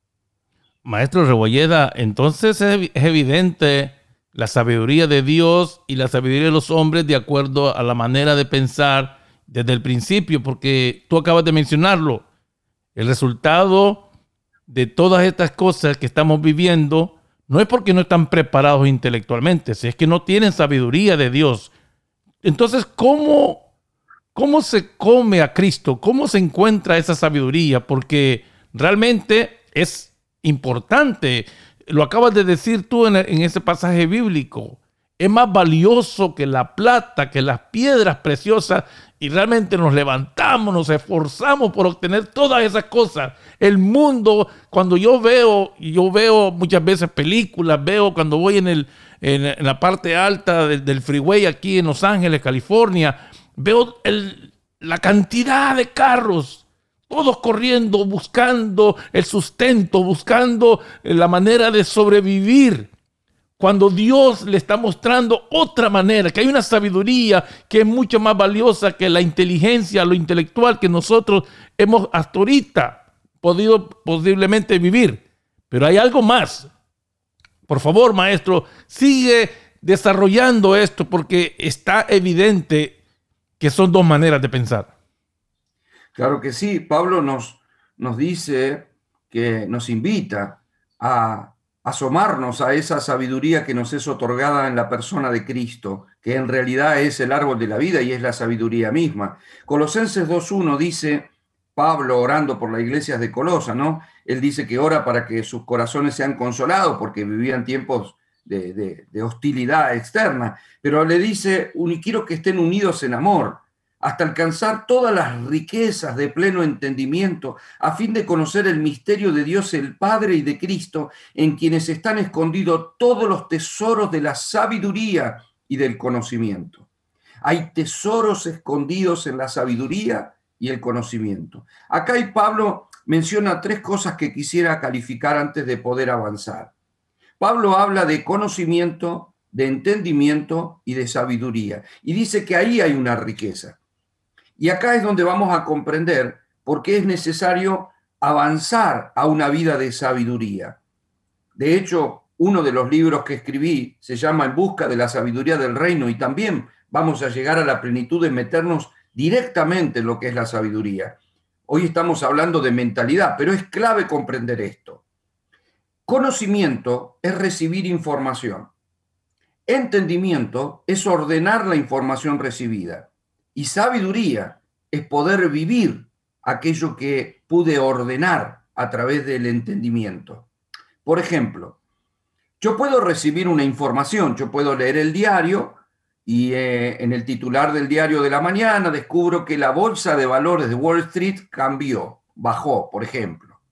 Maestro Rebolleda, entonces es evidente la sabiduría de Dios y la sabiduría de los hombres de acuerdo a la manera de pensar desde el principio, porque tú acabas de mencionarlo. El resultado de todas estas cosas que estamos viviendo no es porque no están preparados intelectualmente, es que no tienen sabiduría de Dios. Entonces, ¿cómo, cómo se come a Cristo? ¿Cómo se encuentra esa sabiduría? Porque realmente es importante. Lo acabas de decir tú en, en ese pasaje bíblico. Es más valioso que la plata, que las piedras preciosas, y realmente nos levantamos, nos esforzamos por obtener todas esas cosas. El mundo, cuando yo veo, yo veo muchas veces películas, veo cuando voy en, el, en, en la parte alta del, del freeway aquí en Los Ángeles, California, veo el, la cantidad de carros, todos corriendo, buscando el sustento, buscando la manera de sobrevivir. cuando Dios le está mostrando otra manera, que hay una sabiduría que es mucho más valiosa que la inteligencia, lo intelectual que nosotros hemos hasta ahorita podido posiblemente vivir. Pero hay algo más. Por favor, maestro, sigue desarrollando esto porque está evidente que son dos maneras de pensar. Claro que sí. Pablo nos, nos dice que nos invita a asomarnos a esa sabiduría que nos es otorgada en la persona de Cristo, que en realidad es el árbol de la vida y es la sabiduría misma. Colosenses dos uno dice, Pablo orando por las iglesias de Colosa, ¿no? Él dice que ora para que sus corazones sean consolados porque vivían tiempos de, de, de hostilidad externa, pero le dice, quiero que estén unidos en amor, hasta alcanzar todas las riquezas de pleno entendimiento, a fin de conocer el misterio de Dios el Padre y de Cristo, en quienes están escondidos todos los tesoros de la sabiduría y del conocimiento. Hay tesoros escondidos en la sabiduría y el conocimiento. Acá y Pablo menciona tres cosas que quisiera calificar antes de poder avanzar. Pablo habla de conocimiento, de entendimiento y de sabiduría, y dice que ahí hay una riqueza. Y acá es donde vamos a comprender por qué es necesario avanzar a una vida de sabiduría. De hecho, uno de los libros que escribí se llama En busca de la sabiduría del reino, y también vamos a llegar a la plenitud de meternos directamente en lo que es la sabiduría. Hoy estamos hablando de mentalidad, pero es clave comprender esto. Conocimiento es recibir información. Entendimiento es ordenar la información recibida. Y sabiduría es poder vivir aquello que pude ordenar a través del entendimiento. Por ejemplo, yo puedo recibir una información, yo puedo leer el diario y eh, en el titular del diario de la mañana descubro que la bolsa de valores de Wall Street cambió, bajó, por ejemplo.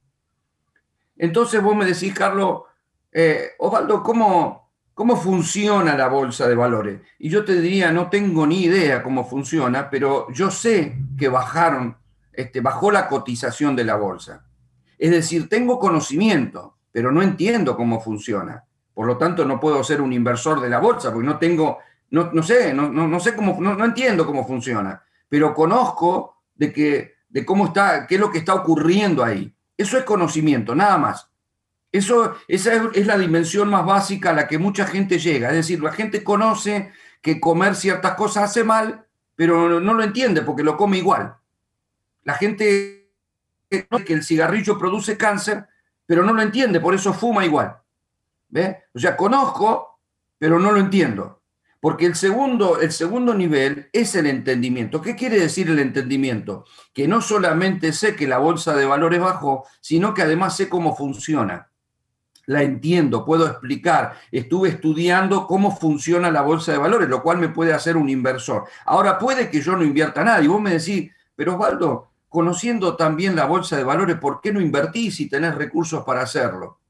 Entonces vos me decís, Carlos, eh, Osvaldo, ¿cómo... ¿Cómo funciona la bolsa de valores? Y yo te diría, no tengo ni idea cómo funciona, pero yo sé que bajaron, este, bajó la cotización de la bolsa. Es decir, tengo conocimiento, pero no entiendo cómo funciona. Por lo tanto, no puedo ser un inversor de la bolsa, porque no tengo, no, no sé, no, no, no sé cómo, no, no entiendo cómo funciona, pero conozco de, que, de cómo está, qué es lo que está ocurriendo ahí. Eso es conocimiento, nada más. Eso, esa es la dimensión más básica a la que mucha gente llega. Es decir, la gente conoce que comer ciertas cosas hace mal, pero no lo entiende porque lo come igual. La gente conoce que el cigarrillo produce cáncer, pero no lo entiende, por eso fuma igual. ¿Ves? O sea, conozco, pero no lo entiendo. Porque el segundo, el segundo nivel es el entendimiento. ¿Qué quiere decir el entendimiento? Que no solamente sé que la bolsa de valores bajó, sino que además sé cómo funciona. La entiendo, puedo explicar, estuve estudiando cómo funciona la bolsa de valores, lo cual me puede hacer un inversor. Ahora, puede que yo no invierta nada, y vos me decís, pero Osvaldo, conociendo también la bolsa de valores, ¿por qué no invertís si tenés recursos para hacerlo?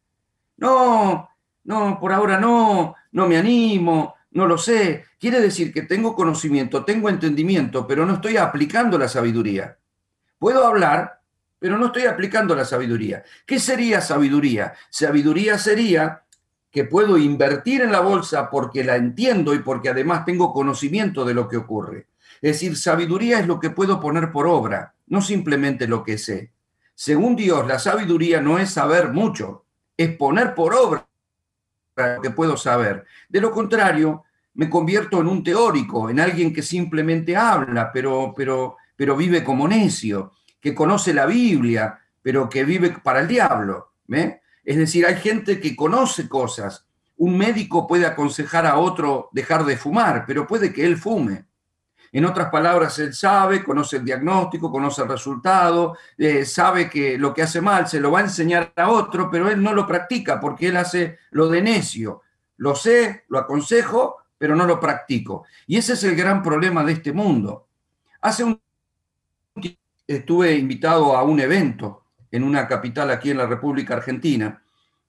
No, no, por ahora no, no me animo, no lo sé. Quiere decir que tengo conocimiento, tengo entendimiento, pero no estoy aplicando la sabiduría. Puedo hablar, pero no estoy aplicando la sabiduría. ¿Qué sería sabiduría? Sabiduría sería que puedo invertir en la bolsa porque la entiendo y porque además tengo conocimiento de lo que ocurre. Es decir, sabiduría es lo que puedo poner por obra, no simplemente lo que sé. Según Dios, la sabiduría no es saber mucho, es poner por obra lo que puedo saber. De lo contrario, me convierto en un teórico, en alguien que simplemente habla, pero, pero, pero vive como necio, que conoce la Biblia, pero que vive para el diablo. ¿eh? Es decir, hay gente que conoce cosas. Un médico puede aconsejar a otro dejar de fumar, pero puede que él fume. En otras palabras, él sabe, conoce el diagnóstico, conoce el resultado, eh, sabe que lo que hace mal se lo va a enseñar a otro, pero él no lo practica porque él hace lo de necio. Lo sé, lo aconsejo, pero no lo practico. Y ese es el gran problema de este mundo. Hace un tiempo estuve invitado a un evento en una capital aquí en la República Argentina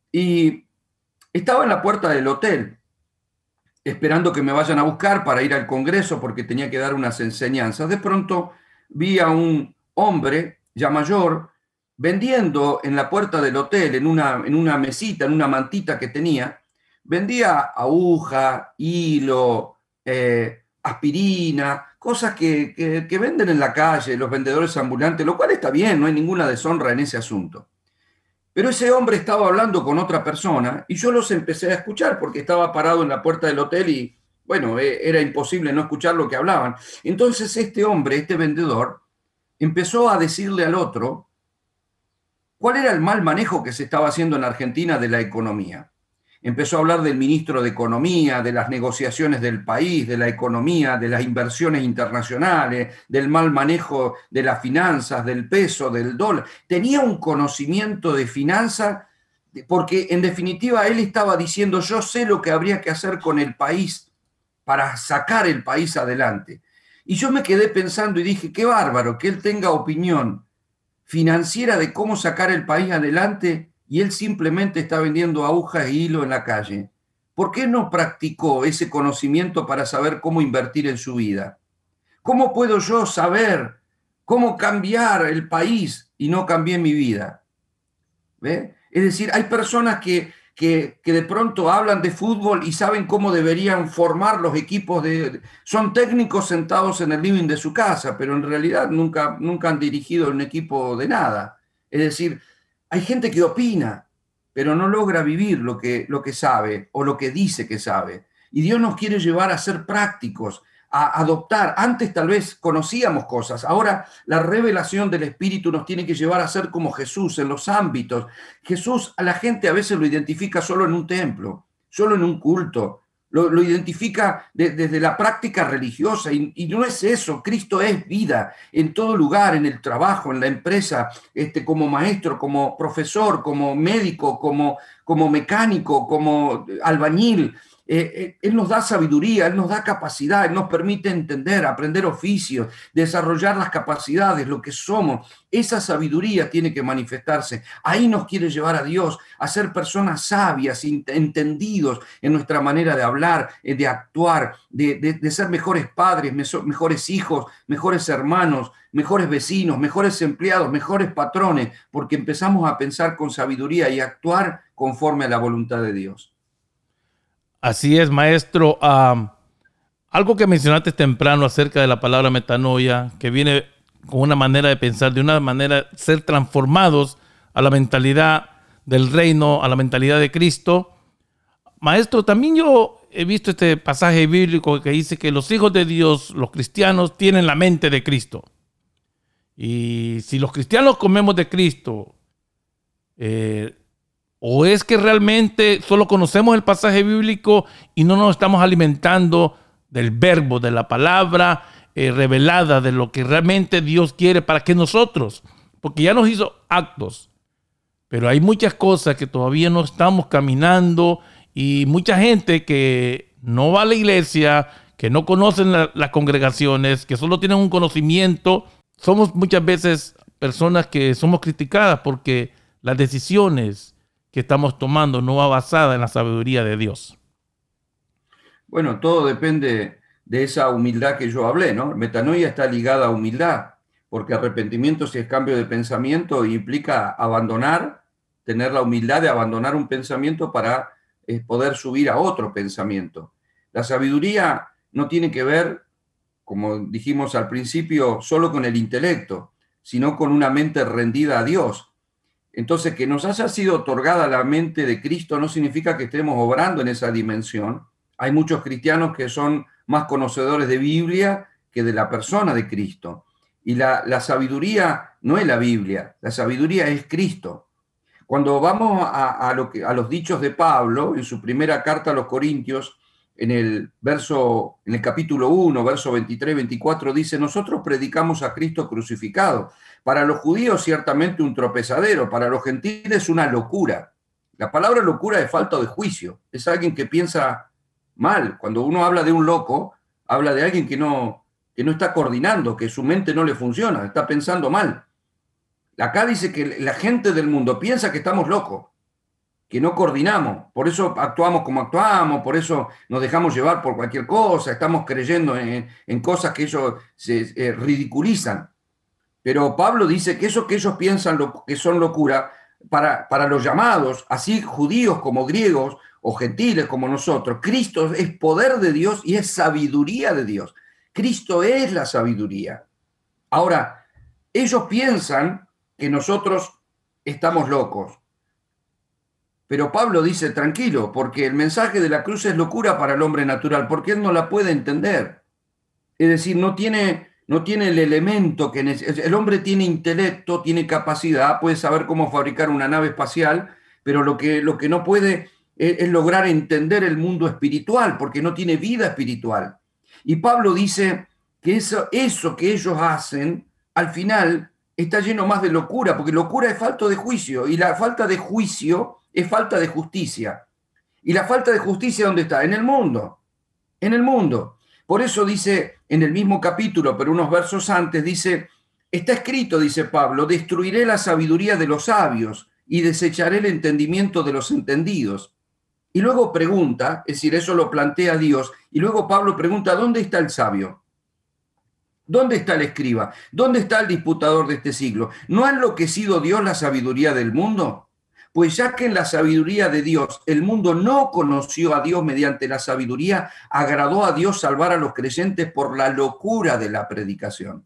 y estaba en la puerta del hotel esperando que me vayan a buscar para ir al Congreso porque tenía que dar unas enseñanzas. De pronto vi a un hombre ya mayor vendiendo en la puerta del hotel, en una, en una mesita, en una mantita que tenía, vendía aguja, hilo, eh, aspirina, cosas que, que, que venden en la calle los vendedores ambulantes, lo cual está bien, no hay ninguna deshonra en ese asunto. Pero ese hombre estaba hablando con otra persona y yo los empecé a escuchar porque estaba parado en la puerta del hotel y, bueno, era imposible no escuchar lo que hablaban. Entonces este hombre, este vendedor, empezó a decirle al otro cuál era el mal manejo que se estaba haciendo en Argentina de la economía. Empezó a hablar del ministro de Economía, de las negociaciones del país, de la economía, de las inversiones internacionales, del mal manejo de las finanzas, del peso, del dólar. Tenía un conocimiento de finanzas porque en definitiva él estaba diciendo: yo sé lo que habría que hacer con el país para sacar el país adelante. Y yo me quedé pensando y dije: qué bárbaro que él tenga opinión financiera de cómo sacar el país adelante y él simplemente está vendiendo agujas e hilo en la calle. ¿Por qué no practicó ese conocimiento para saber cómo invertir en su vida? ¿Cómo puedo yo saber cómo cambiar el país y no cambié mi vida? ¿Ve? Es decir, hay personas que, que, que de pronto hablan de fútbol y saben cómo deberían formar los equipos. De, son técnicos sentados en el living de su casa, pero en realidad nunca, nunca han dirigido un equipo de nada. Es decir, hay gente que opina, pero no logra vivir lo que, lo que sabe o lo que dice que sabe. Y Dios nos quiere llevar a ser prácticos, a adoptar. Antes tal vez conocíamos cosas, ahora la revelación del Espíritu nos tiene que llevar a ser como Jesús en los ámbitos. Jesús a la gente a veces lo identifica solo en un templo, solo en un culto, lo, lo identifica de, desde la práctica religiosa y, y no es eso. Cristo es vida en todo lugar, en el trabajo, en la empresa, este, como maestro, como profesor, como médico, como, como mecánico, como albañil. Eh, Él nos da sabiduría, Él nos da capacidad, Él nos permite entender, aprender oficios, desarrollar las capacidades, lo que somos. Esa sabiduría tiene que manifestarse. Ahí nos quiere llevar a Dios, a ser personas sabias, entendidos en nuestra manera de hablar, de actuar, de, de, de ser mejores padres, mejores hijos, mejores hermanos, mejores vecinos, mejores empleados, mejores patrones, porque empezamos a pensar con sabiduría y a actuar conforme a la voluntad de Dios. Así es, maestro. Um, algo que mencionaste temprano acerca de la palabra metanoia, que viene con una manera de pensar, de una manera de ser transformados a la mentalidad del reino, a la mentalidad de Cristo. Maestro, también yo he visto este pasaje bíblico que dice que los hijos de Dios, los cristianos, tienen la mente de Cristo. Y si los cristianos comemos de Cristo, eh, ¿o es que realmente solo conocemos el pasaje bíblico y no nos estamos alimentando del verbo, de la palabra eh, revelada, de lo que realmente Dios quiere para que nosotros, porque ya nos hizo actos, pero hay muchas cosas que todavía no estamos caminando y mucha gente que no va a la iglesia, que no conocen la, las congregaciones, que solo tienen un conocimiento? Somos muchas veces personas que somos criticadas porque las decisiones que estamos tomando no va basada en la sabiduría de Dios. Bueno, todo depende de esa humildad que yo hablé, ¿no? Metanoia está ligada a humildad, porque arrepentimiento, si es cambio de pensamiento, implica abandonar, tener la humildad de abandonar un pensamiento para eh, poder subir a otro pensamiento. La sabiduría no tiene que ver, como dijimos al principio, solo con el intelecto, sino con una mente rendida a Dios. Entonces, que nos haya sido otorgada la mente de Cristo no significa que estemos obrando en esa dimensión. Hay muchos cristianos que son más conocedores de Biblia que de la persona de Cristo. Y la, la sabiduría no es la Biblia, la sabiduría es Cristo. Cuando vamos a, a, lo que, a los dichos de Pablo, en su primera carta a los Corintios, en el, verso, en el capítulo uno, verso veintitrés veinticuatro, dice: nosotros predicamos a Cristo crucificado. Para los judíos ciertamente un tropezadero, para los gentiles una locura. La palabra locura es falta de juicio, es alguien que piensa mal. Cuando uno habla de un loco, habla de alguien que no, que no está coordinando, que su mente no le funciona, está pensando mal. Acá dice que la gente del mundo piensa que estamos locos, que no coordinamos, por eso actuamos como actuamos, por eso nos dejamos llevar por cualquier cosa, estamos creyendo en, en cosas que ellos se eh, ridiculizan. Pero Pablo dice que eso que ellos piensan lo, que son locura, para, para los llamados, así judíos como griegos, o gentiles como nosotros. Cristo es poder de Dios y es sabiduría de Dios. Cristo es la sabiduría. Ahora, ellos piensan que nosotros estamos locos. Pero Pablo dice, tranquilo, porque el mensaje de la cruz es locura para el hombre natural, porque él no la puede entender. Es decir, no tiene, no tiene el elemento que necesita. El hombre tiene intelecto, tiene capacidad, puede saber cómo fabricar una nave espacial, pero lo que, lo que no puede es, es lograr entender el mundo espiritual, porque no tiene vida espiritual. Y Pablo dice que eso, eso que ellos hacen, al final está lleno más de locura, porque locura es falta de juicio, y la falta de juicio es falta de justicia. Y la falta de justicia, ¿dónde está? En el mundo. En el mundo. Por eso dice en el mismo capítulo, pero unos versos antes, dice, está escrito, dice Pablo, destruiré la sabiduría de los sabios y desecharé el entendimiento de los entendidos. Y luego pregunta, es decir, eso lo plantea Dios, y luego Pablo pregunta, ¿dónde está el sabio? ¿Dónde está el escriba? ¿Dónde está el disputador de este siglo? ¿No ha enloquecido Dios la sabiduría del mundo? Pues ya que en la sabiduría de Dios el mundo no conoció a Dios mediante la sabiduría, agradó a Dios salvar a los creyentes por la locura de la predicación.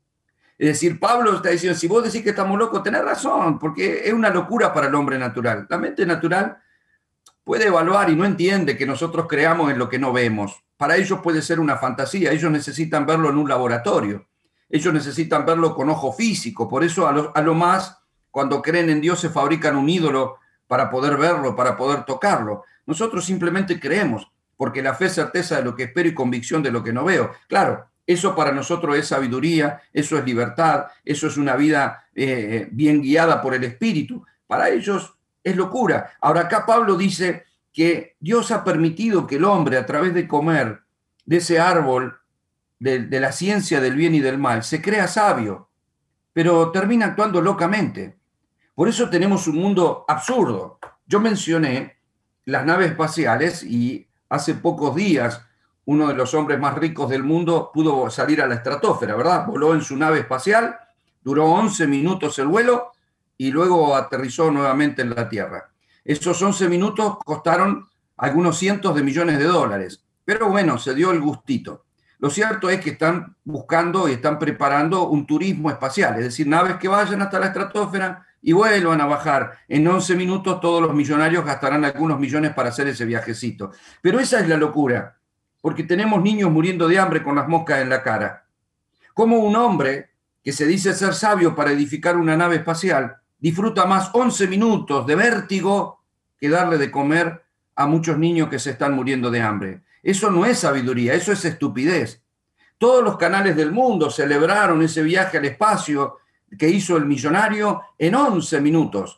Es decir, Pablo está diciendo, si vos decís que estamos locos, tenés razón, porque es una locura para el hombre natural. La mente natural puede evaluar y no entiende que nosotros creamos en lo que no vemos. Para ellos puede ser una fantasía, ellos necesitan verlo en un laboratorio, ellos necesitan verlo con ojo físico, por eso a lo, a lo más, cuando creen en Dios se fabrican un ídolo para poder verlo, para poder tocarlo. Nosotros simplemente creemos, porque la fe es certeza de lo que espero y convicción de lo que no veo. Claro, eso para nosotros es sabiduría, eso es libertad, eso es una vida eh, bien guiada por el Espíritu. Para ellos es locura. Ahora acá Pablo dice que Dios ha permitido que el hombre, a través de comer de ese árbol de, de la ciencia del bien y del mal, se crea sabio, pero termina actuando locamente. Por eso tenemos un mundo absurdo. Yo mencioné las naves espaciales y hace pocos días uno de los hombres más ricos del mundo pudo salir a la estratosfera, ¿verdad? Voló en su nave espacial, duró once minutos el vuelo y luego aterrizó nuevamente en la Tierra. Esos once minutos costaron algunos cientos de millones de dólares, pero bueno, se dio el gustito. Lo cierto es que están buscando y están preparando un turismo espacial, es decir, naves que vayan hasta la estratosfera y vuelvan a bajar. En once minutos todos los millonarios gastarán algunos millones para hacer ese viajecito. Pero esa es la locura, porque tenemos niños muriendo de hambre con las moscas en la cara. ¿Cómo un hombre que se dice ser sabio para edificar una nave espacial disfruta más once minutos de vértigo que darle de comer a muchos niños que se están muriendo de hambre? Eso no es sabiduría, eso es estupidez. Todos los canales del mundo celebraron ese viaje al espacio que hizo el millonario en once minutos,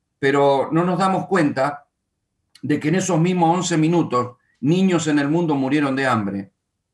pero no nos damos cuenta de que en esos mismos once minutos niños en el mundo murieron de hambre.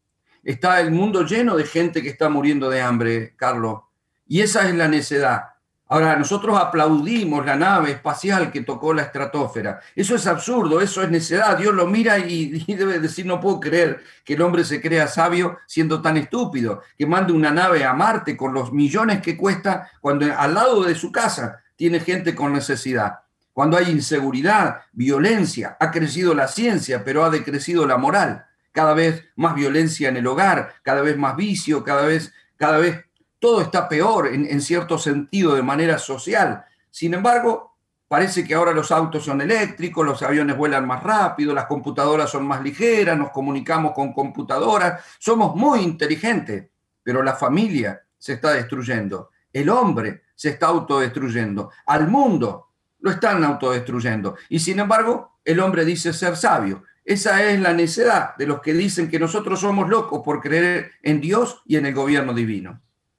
Está el mundo lleno de gente que está muriendo de hambre, Carlos, y esa es la necedad. Ahora, nosotros aplaudimos la nave espacial que tocó la estratosfera. Eso es absurdo, eso es necedad. Dios lo mira y, y debe decir, no puedo creer que el hombre se crea sabio siendo tan estúpido, que mande una nave a Marte con los millones que cuesta cuando al lado de su casa tiene gente con necesidad. Cuando hay inseguridad, violencia, ha crecido la ciencia, pero ha decrecido la moral. Cada vez más violencia en el hogar, cada vez más vicio, cada vez, cada vez todo está peor en, en cierto sentido de manera social. Sin embargo, parece que ahora los autos son eléctricos, los aviones vuelan más rápido, las computadoras son más ligeras, nos comunicamos con computadoras, somos muy inteligentes, pero la familia se está destruyendo, el hombre se está autodestruyendo, al mundo lo están autodestruyendo. Y sin embargo, el hombre dice ser sabio. Esa es la necedad de los que dicen que nosotros somos locos por creer en Dios y en el gobierno divino.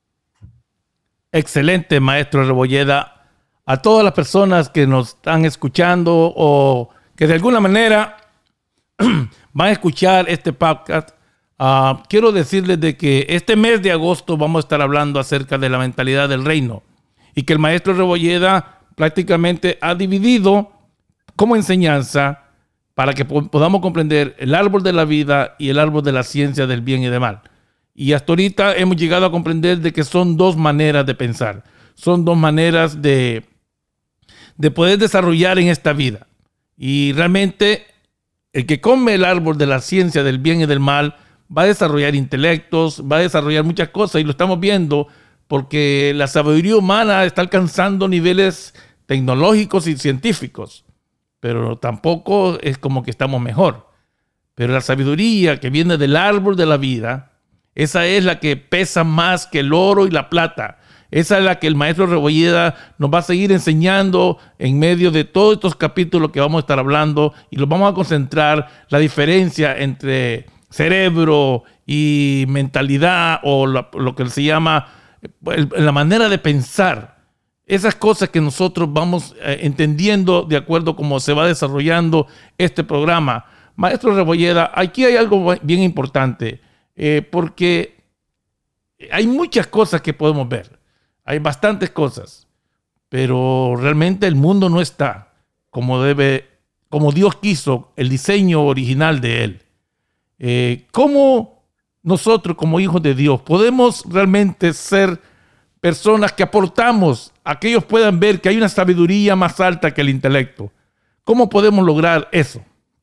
Excelente, maestro Rebolleda. A todas las personas que nos están escuchando o que de alguna manera van a escuchar este podcast, uh, quiero decirles de que este mes de agosto vamos a estar hablando acerca de la mentalidad del reino y que el maestro Rebolleda prácticamente ha dividido como enseñanza para que podamos comprender el árbol de la vida y el árbol de la ciencia del bien y del mal. Y hasta ahorita hemos llegado a comprender de que son dos maneras de pensar, son dos maneras de, de poder desarrollar en esta vida. Y realmente el que come el árbol de la ciencia del bien y del mal va a desarrollar intelectos, va a desarrollar muchas cosas, y lo estamos viendo porque la sabiduría humana está alcanzando niveles tecnológicos y científicos, pero tampoco es como que estamos mejor. Pero la sabiduría que viene del árbol de la vida, esa es la que pesa más que el oro y la plata. Esa es la que el maestro Rebolleda nos va a seguir enseñando en medio de todos estos capítulos que vamos a estar hablando, y los vamos a concentrar la diferencia entre cerebro y mentalidad, o la, lo que se llama el, la manera de pensar. Esas cosas que nosotros vamos eh, entendiendo de acuerdo a cómo se va desarrollando este programa. Maestro Rebolleda, aquí hay algo bien importante, eh, porque hay muchas cosas que podemos ver. Hay bastantes cosas, pero realmente el mundo no está como debe, como Dios quiso, el diseño original de él. Eh, ¿Cómo nosotros, como hijos de Dios, podemos realmente ser personas que aportamos a que ellos puedan ver que hay una sabiduría más alta que el intelecto? ¿Cómo podemos lograr eso?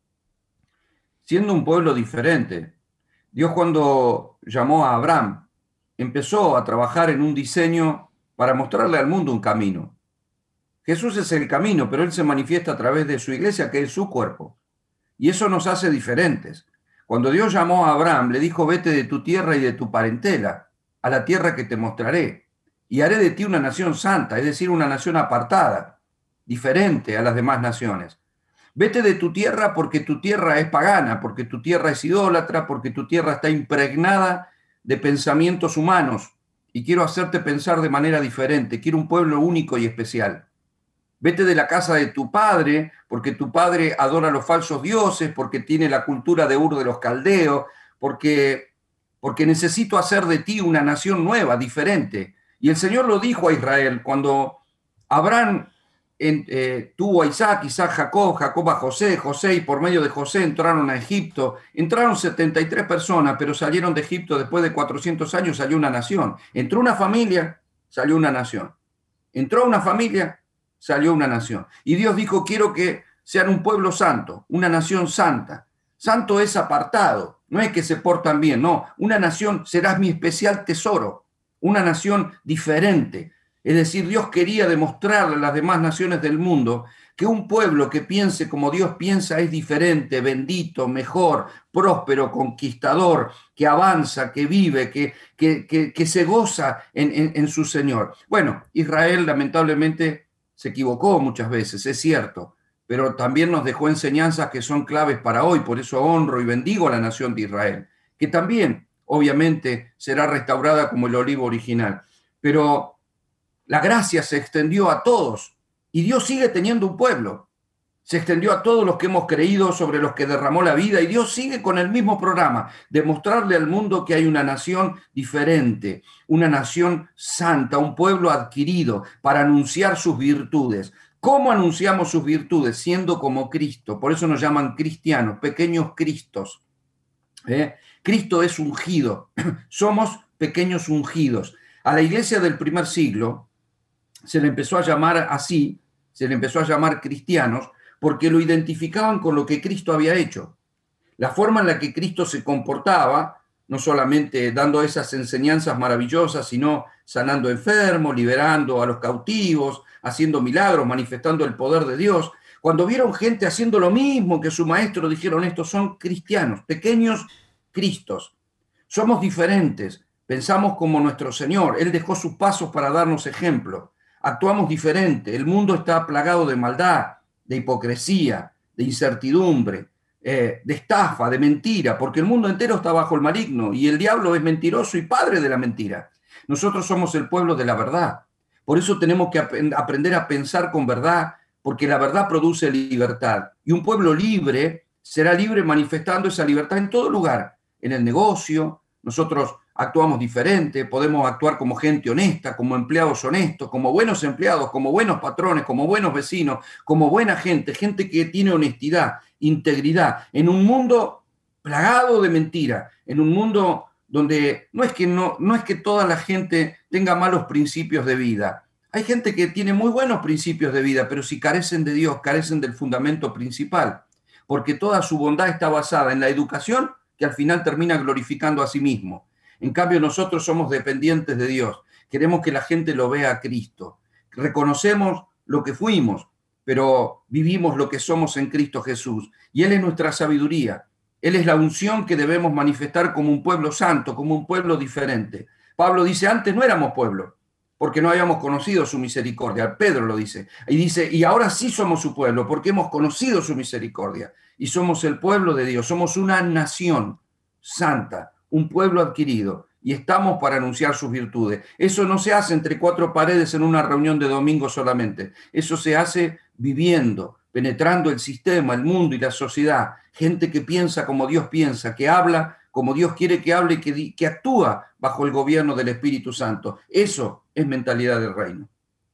Siendo un pueblo diferente. Dios, cuando llamó a Abraham, empezó a trabajar en un diseño para mostrarle al mundo un camino. Jesús es el camino, pero Él se manifiesta a través de su iglesia, que es su cuerpo. Y eso nos hace diferentes. Cuando Dios llamó a Abraham, le dijo: vete de tu tierra y de tu parentela a la tierra que te mostraré, y haré de ti una nación santa, es decir, una nación apartada, diferente a las demás naciones. Vete de tu tierra porque tu tierra es pagana, porque tu tierra es idólatra, porque tu tierra está impregnada de pensamientos humanos, y quiero hacerte pensar de manera diferente. Quiero un pueblo único y especial. Vete de la casa de tu padre, porque tu padre adora a los falsos dioses, porque tiene la cultura de Ur de los Caldeos, porque, porque necesito hacer de ti una nación nueva, diferente. Y el Señor lo dijo a Israel cuando Abraham en, eh, tuvo a Isaac, Isaac a Jacob, Jacob a José, José, y por medio de José entraron a Egipto. Entraron setenta y tres personas, pero salieron de Egipto después de cuatrocientos años, salió una nación. Entró una familia, salió una nación. Entró una familia, salió una nación. Y Dios dijo: quiero que sean un pueblo santo, una nación santa. Santo es apartado, no es que se portan bien, no. Una nación, serás mi especial tesoro, una nación diferente. Es decir, Dios quería demostrarle a las demás naciones del mundo que un pueblo que piense como Dios piensa es diferente, bendito, mejor, próspero, conquistador, que avanza, que vive, que, que, que, que se goza en, en, en su Señor. Bueno, Israel lamentablemente se equivocó muchas veces, es cierto, pero también nos dejó enseñanzas que son claves para hoy. Por eso honro y bendigo a la nación de Israel, que también obviamente será restaurada como el olivo original. Pero la gracia se extendió a todos, y Dios sigue teniendo un pueblo. Se extendió a todos los que hemos creído, sobre los que derramó la vida, y Dios sigue con el mismo programa, de mostrarle al mundo que hay una nación diferente, una nación santa, un pueblo adquirido para anunciar sus virtudes. ¿Cómo anunciamos sus virtudes? Siendo como Cristo. Por eso nos llaman cristianos, pequeños Cristos. ¿Eh? Cristo es ungido. Somos pequeños ungidos. A la iglesia del primer siglo se le empezó a llamar así, se le empezó a llamar cristianos, porque lo identificaban con lo que Cristo había hecho. La forma en la que Cristo se comportaba, no solamente dando esas enseñanzas maravillosas, sino sanando enfermos, liberando a los cautivos, haciendo milagros, manifestando el poder de Dios. Cuando vieron gente haciendo lo mismo que su maestro, dijeron: estos son cristianos, pequeños Cristos. Somos diferentes, pensamos como nuestro Señor. Él dejó sus pasos para darnos ejemplo. Actuamos diferente. El mundo está plagado de maldad, de hipocresía, de incertidumbre, eh, de estafa, de mentira, porque el mundo entero está bajo el maligno, y el diablo es mentiroso y padre de la mentira. Nosotros somos el pueblo de la verdad. Por eso tenemos que ap- aprender a pensar con verdad, porque la verdad produce libertad. Y un pueblo libre será libre manifestando esa libertad en todo lugar. En el negocio, nosotros actuamos diferente, podemos actuar como gente honesta, como empleados honestos, como buenos empleados, como buenos patrones, como buenos vecinos, como buena gente, gente que tiene honestidad, integridad, en un mundo plagado de mentira, en un mundo donde no es que, no, no es que toda la gente tenga malos principios de vida. Hay gente que tiene muy buenos principios de vida, pero si carecen de Dios, carecen del fundamento principal. porque toda su bondad está basada en la educación que al final termina glorificando a sí mismo. En cambio, nosotros somos dependientes de Dios. Queremos que la gente lo vea a Cristo. Reconocemos lo que fuimos, pero vivimos lo que somos en Cristo Jesús. Y Él es nuestra sabiduría. Él es la unción que debemos manifestar como un pueblo santo, como un pueblo diferente. Pablo dice, antes no éramos pueblo, porque no habíamos conocido su misericordia. Pedro lo dice. Y dice, y ahora sí somos su pueblo, porque hemos conocido su misericordia. Y somos el pueblo de Dios, somos una nación santa, un pueblo adquirido. Y estamos para anunciar sus virtudes. Eso no se hace entre cuatro paredes en una reunión de domingo solamente. Eso se hace viviendo, penetrando el sistema, el mundo y la sociedad. Gente que piensa como Dios piensa, que habla como Dios quiere que hable y que, que actúa bajo el gobierno del Espíritu Santo. Eso es mentalidad del reino.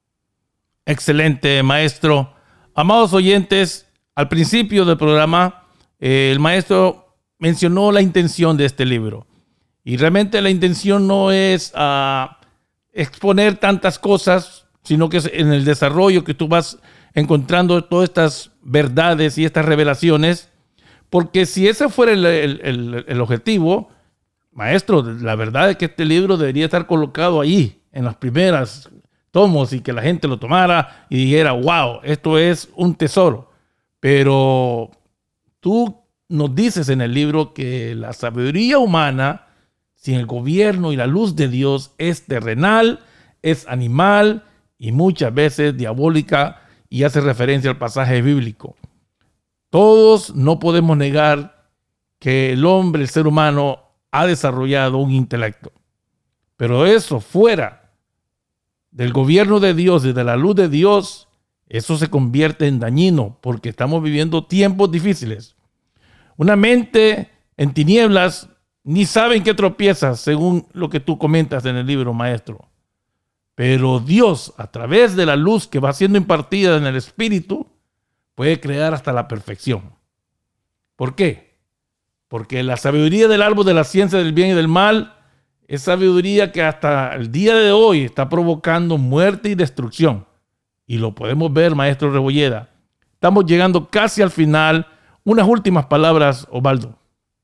Excelente, maestro. Amados oyentes, al principio del programa, eh, el maestro mencionó la intención de este libro. Y realmente la intención no es uh, exponer tantas cosas, sino que es en el desarrollo que tú vas encontrando todas estas verdades y estas revelaciones. Porque si ese fuera el, el, el, el objetivo, maestro, la verdad es que este libro debería estar colocado ahí, en las primeras tomos, y que la gente lo tomara y dijera, wow, esto es un tesoro. Pero tú nos dices en el libro que la sabiduría humana, sin el gobierno y la luz de Dios, es terrenal, es animal y muchas veces diabólica, y hace referencia al pasaje bíblico. Todos no podemos negar que el hombre, el ser humano, ha desarrollado un intelecto. Pero eso fuera del gobierno de Dios y de la luz de Dios, eso se convierte en dañino, porque estamos viviendo tiempos difíciles. Una mente en tinieblas ni sabe en qué tropieza, según lo que tú comentas en el libro, maestro. Pero Dios, a través de la luz que va siendo impartida en el Espíritu, puede crear hasta la perfección. ¿Por qué? Porque la sabiduría del árbol de la ciencia del bien y del mal es sabiduría que hasta el día de hoy está provocando muerte y destrucción. Y lo podemos ver, maestro Rebolleda. Estamos llegando casi al final. Unas últimas palabras, Osvaldo.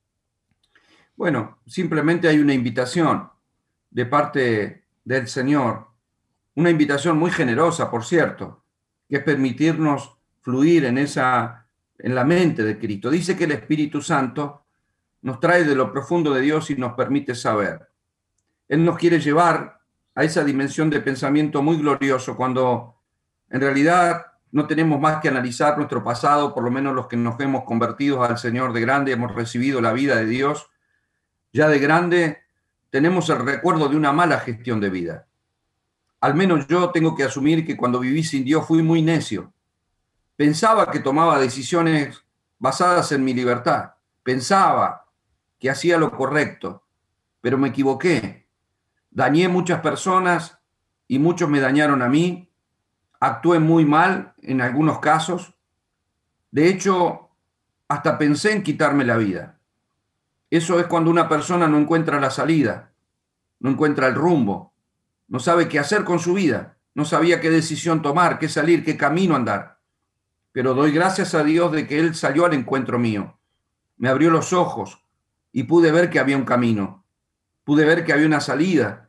Bueno, simplemente hay una invitación de parte del Señor, una invitación muy generosa, por cierto, que es permitirnos fluir en esa, en la mente de Cristo. Dice que el Espíritu Santo nos trae de lo profundo de Dios y nos permite saber. Él nos quiere llevar a esa dimensión de pensamiento muy glorioso, cuando en realidad no tenemos más que analizar nuestro pasado, por lo menos los que nos hemos convertido al Señor de grande, hemos recibido la vida de Dios. Ya de grande tenemos el recuerdo de una mala gestión de vida. Al menos yo tengo que asumir que cuando viví sin Dios fui muy necio. Pensaba que tomaba decisiones basadas en mi libertad. Pensaba que hacía lo correcto, pero me equivoqué. Dañé muchas personas y muchos me dañaron a mí. Actué muy mal en algunos casos. De hecho, hasta pensé en quitarme la vida. Eso es cuando una persona no encuentra la salida, no encuentra el rumbo, no sabe qué hacer con su vida, no sabía qué decisión tomar, qué salir, qué camino andar. Pero doy gracias a Dios de que Él salió al encuentro mío. Me abrió los ojos y pude ver que había un camino. Pude ver que había una salida.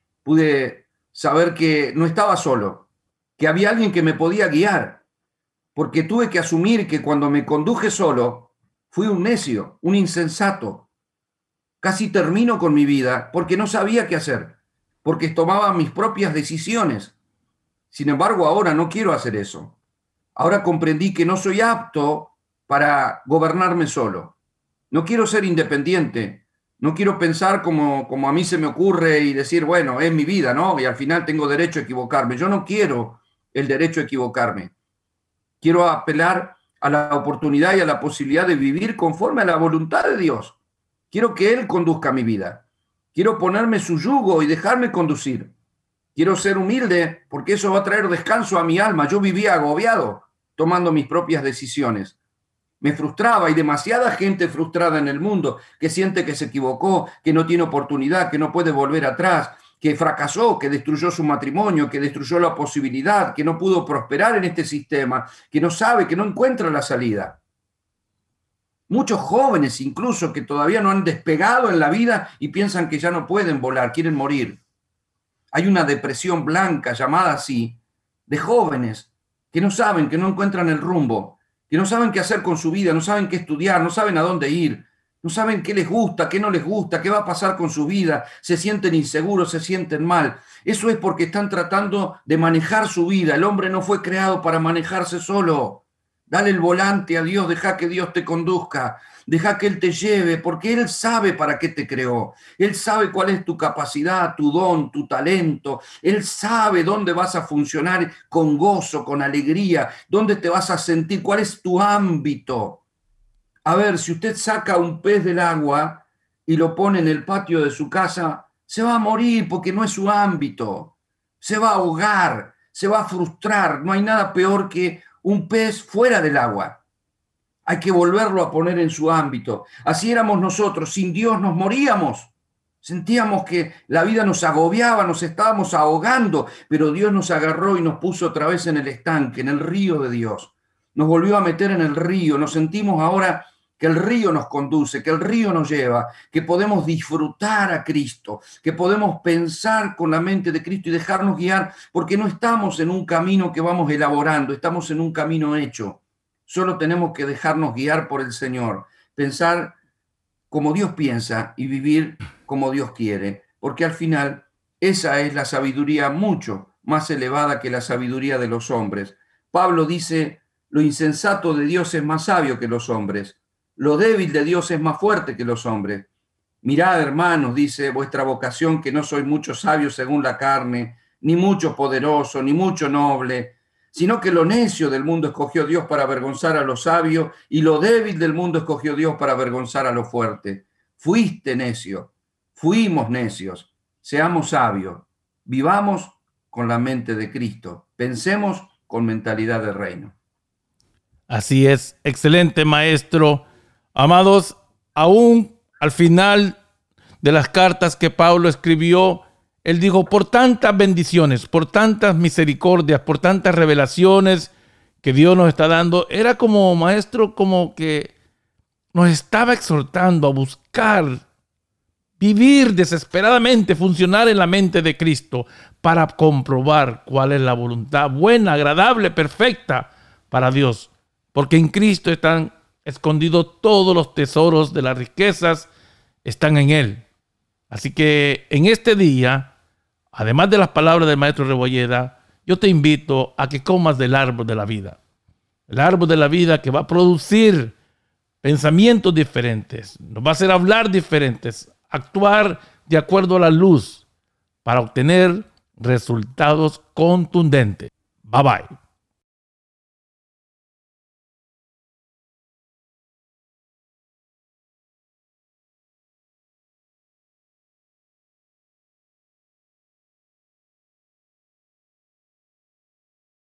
Pude saber que no estaba solo, que había alguien que me podía guiar. Porque tuve que asumir que cuando me conduje solo, fui un necio, un insensato. Casi termino con mi vida porque no sabía qué hacer, porque tomaba mis propias decisiones. Sin embargo, ahora no quiero hacer eso. Ahora comprendí que no soy apto para gobernarme solo. No quiero ser independiente. No quiero pensar como, como a mí se me ocurre y decir, bueno, es mi vida, ¿no? Y al final tengo derecho a equivocarme. Yo no quiero el derecho a equivocarme. Quiero apelar a la oportunidad y a la posibilidad de vivir conforme a la voluntad de Dios. Quiero que Él conduzca mi vida. Quiero ponerme su yugo y dejarme conducir. Quiero ser humilde porque eso va a traer descanso a mi alma. Yo vivía agobiado tomando mis propias decisiones. Me frustraba, y demasiada gente frustrada en el mundo que siente que se equivocó, que no tiene oportunidad, que no puede volver atrás, que fracasó, que destruyó su matrimonio, que destruyó la posibilidad, que no pudo prosperar en este sistema, que no sabe, que no encuentra la salida. Muchos jóvenes incluso que todavía no han despegado en la vida y piensan que ya no pueden volar, quieren morir. Hay una depresión blanca, llamada así, de jóvenes que no saben, que no encuentran el rumbo, que no saben qué hacer con su vida, no saben qué estudiar, no saben a dónde ir, no saben qué les gusta, qué no les gusta, qué va a pasar con su vida, se sienten inseguros, se sienten mal. Eso es porque están tratando de manejar su vida. El hombre no fue creado para manejarse solo. Dale el volante a Dios, deja que Dios te conduzca, deja que Él te lleve, porque Él sabe para qué te creó. Él sabe cuál es tu capacidad, tu don, tu talento. Él sabe dónde vas a funcionar con gozo, con alegría, dónde te vas a sentir, cuál es tu ámbito. A ver, si usted saca un pez del agua y lo pone en el patio de su casa, se va a morir porque no es su ámbito. Se va a ahogar, se va a frustrar. No hay nada peor que un pez fuera del agua. Hay que volverlo a poner en su ámbito. Así éramos nosotros. Sin Dios nos moríamos. Sentíamos que la vida nos agobiaba, nos estábamos ahogando, pero Dios nos agarró y nos puso otra vez en el estanque, en el río de Dios. Nos volvió a meter en el río. Nos sentimos ahora que el río nos conduce, que el río nos lleva, que podemos disfrutar a Cristo, que podemos pensar con la mente de Cristo y dejarnos guiar, porque no estamos en un camino que vamos elaborando, estamos en un camino hecho. Solo tenemos que dejarnos guiar por el Señor, pensar como Dios piensa y vivir como Dios quiere, porque al final esa es la sabiduría mucho más elevada que la sabiduría de los hombres. Pablo dice, lo insensato de Dios es más sabio que los hombres. Lo débil de Dios es más fuerte que los hombres. Mirad, hermanos, dice, vuestra vocación, que no sois muchos sabios según la carne, ni mucho poderoso, ni mucho noble, sino que lo necio del mundo escogió Dios para avergonzar a los sabios, y lo débil del mundo escogió Dios para avergonzar a lo fuerte. Fuiste necio, fuimos necios, seamos sabios, vivamos con la mente de Cristo, pensemos con mentalidad de reino. Así es, excelente maestro. Amados, aún al final de las cartas que Pablo escribió, él dijo, por tantas bendiciones, por tantas misericordias, por tantas revelaciones que Dios nos está dando, era como maestro, como que nos estaba exhortando a buscar, vivir desesperadamente, funcionar en la mente de Cristo para comprobar cuál es la voluntad buena, agradable, perfecta para Dios. Porque en Cristo están escondidos todos los tesoros de las riquezas, están en Él. Así que en este día, además de las palabras del maestro Rebolleda, yo te invito a que comas del árbol de la vida. El árbol de la vida que va a producir pensamientos diferentes, nos va a hacer hablar diferentes, actuar de acuerdo a la luz para obtener resultados contundentes. Bye bye.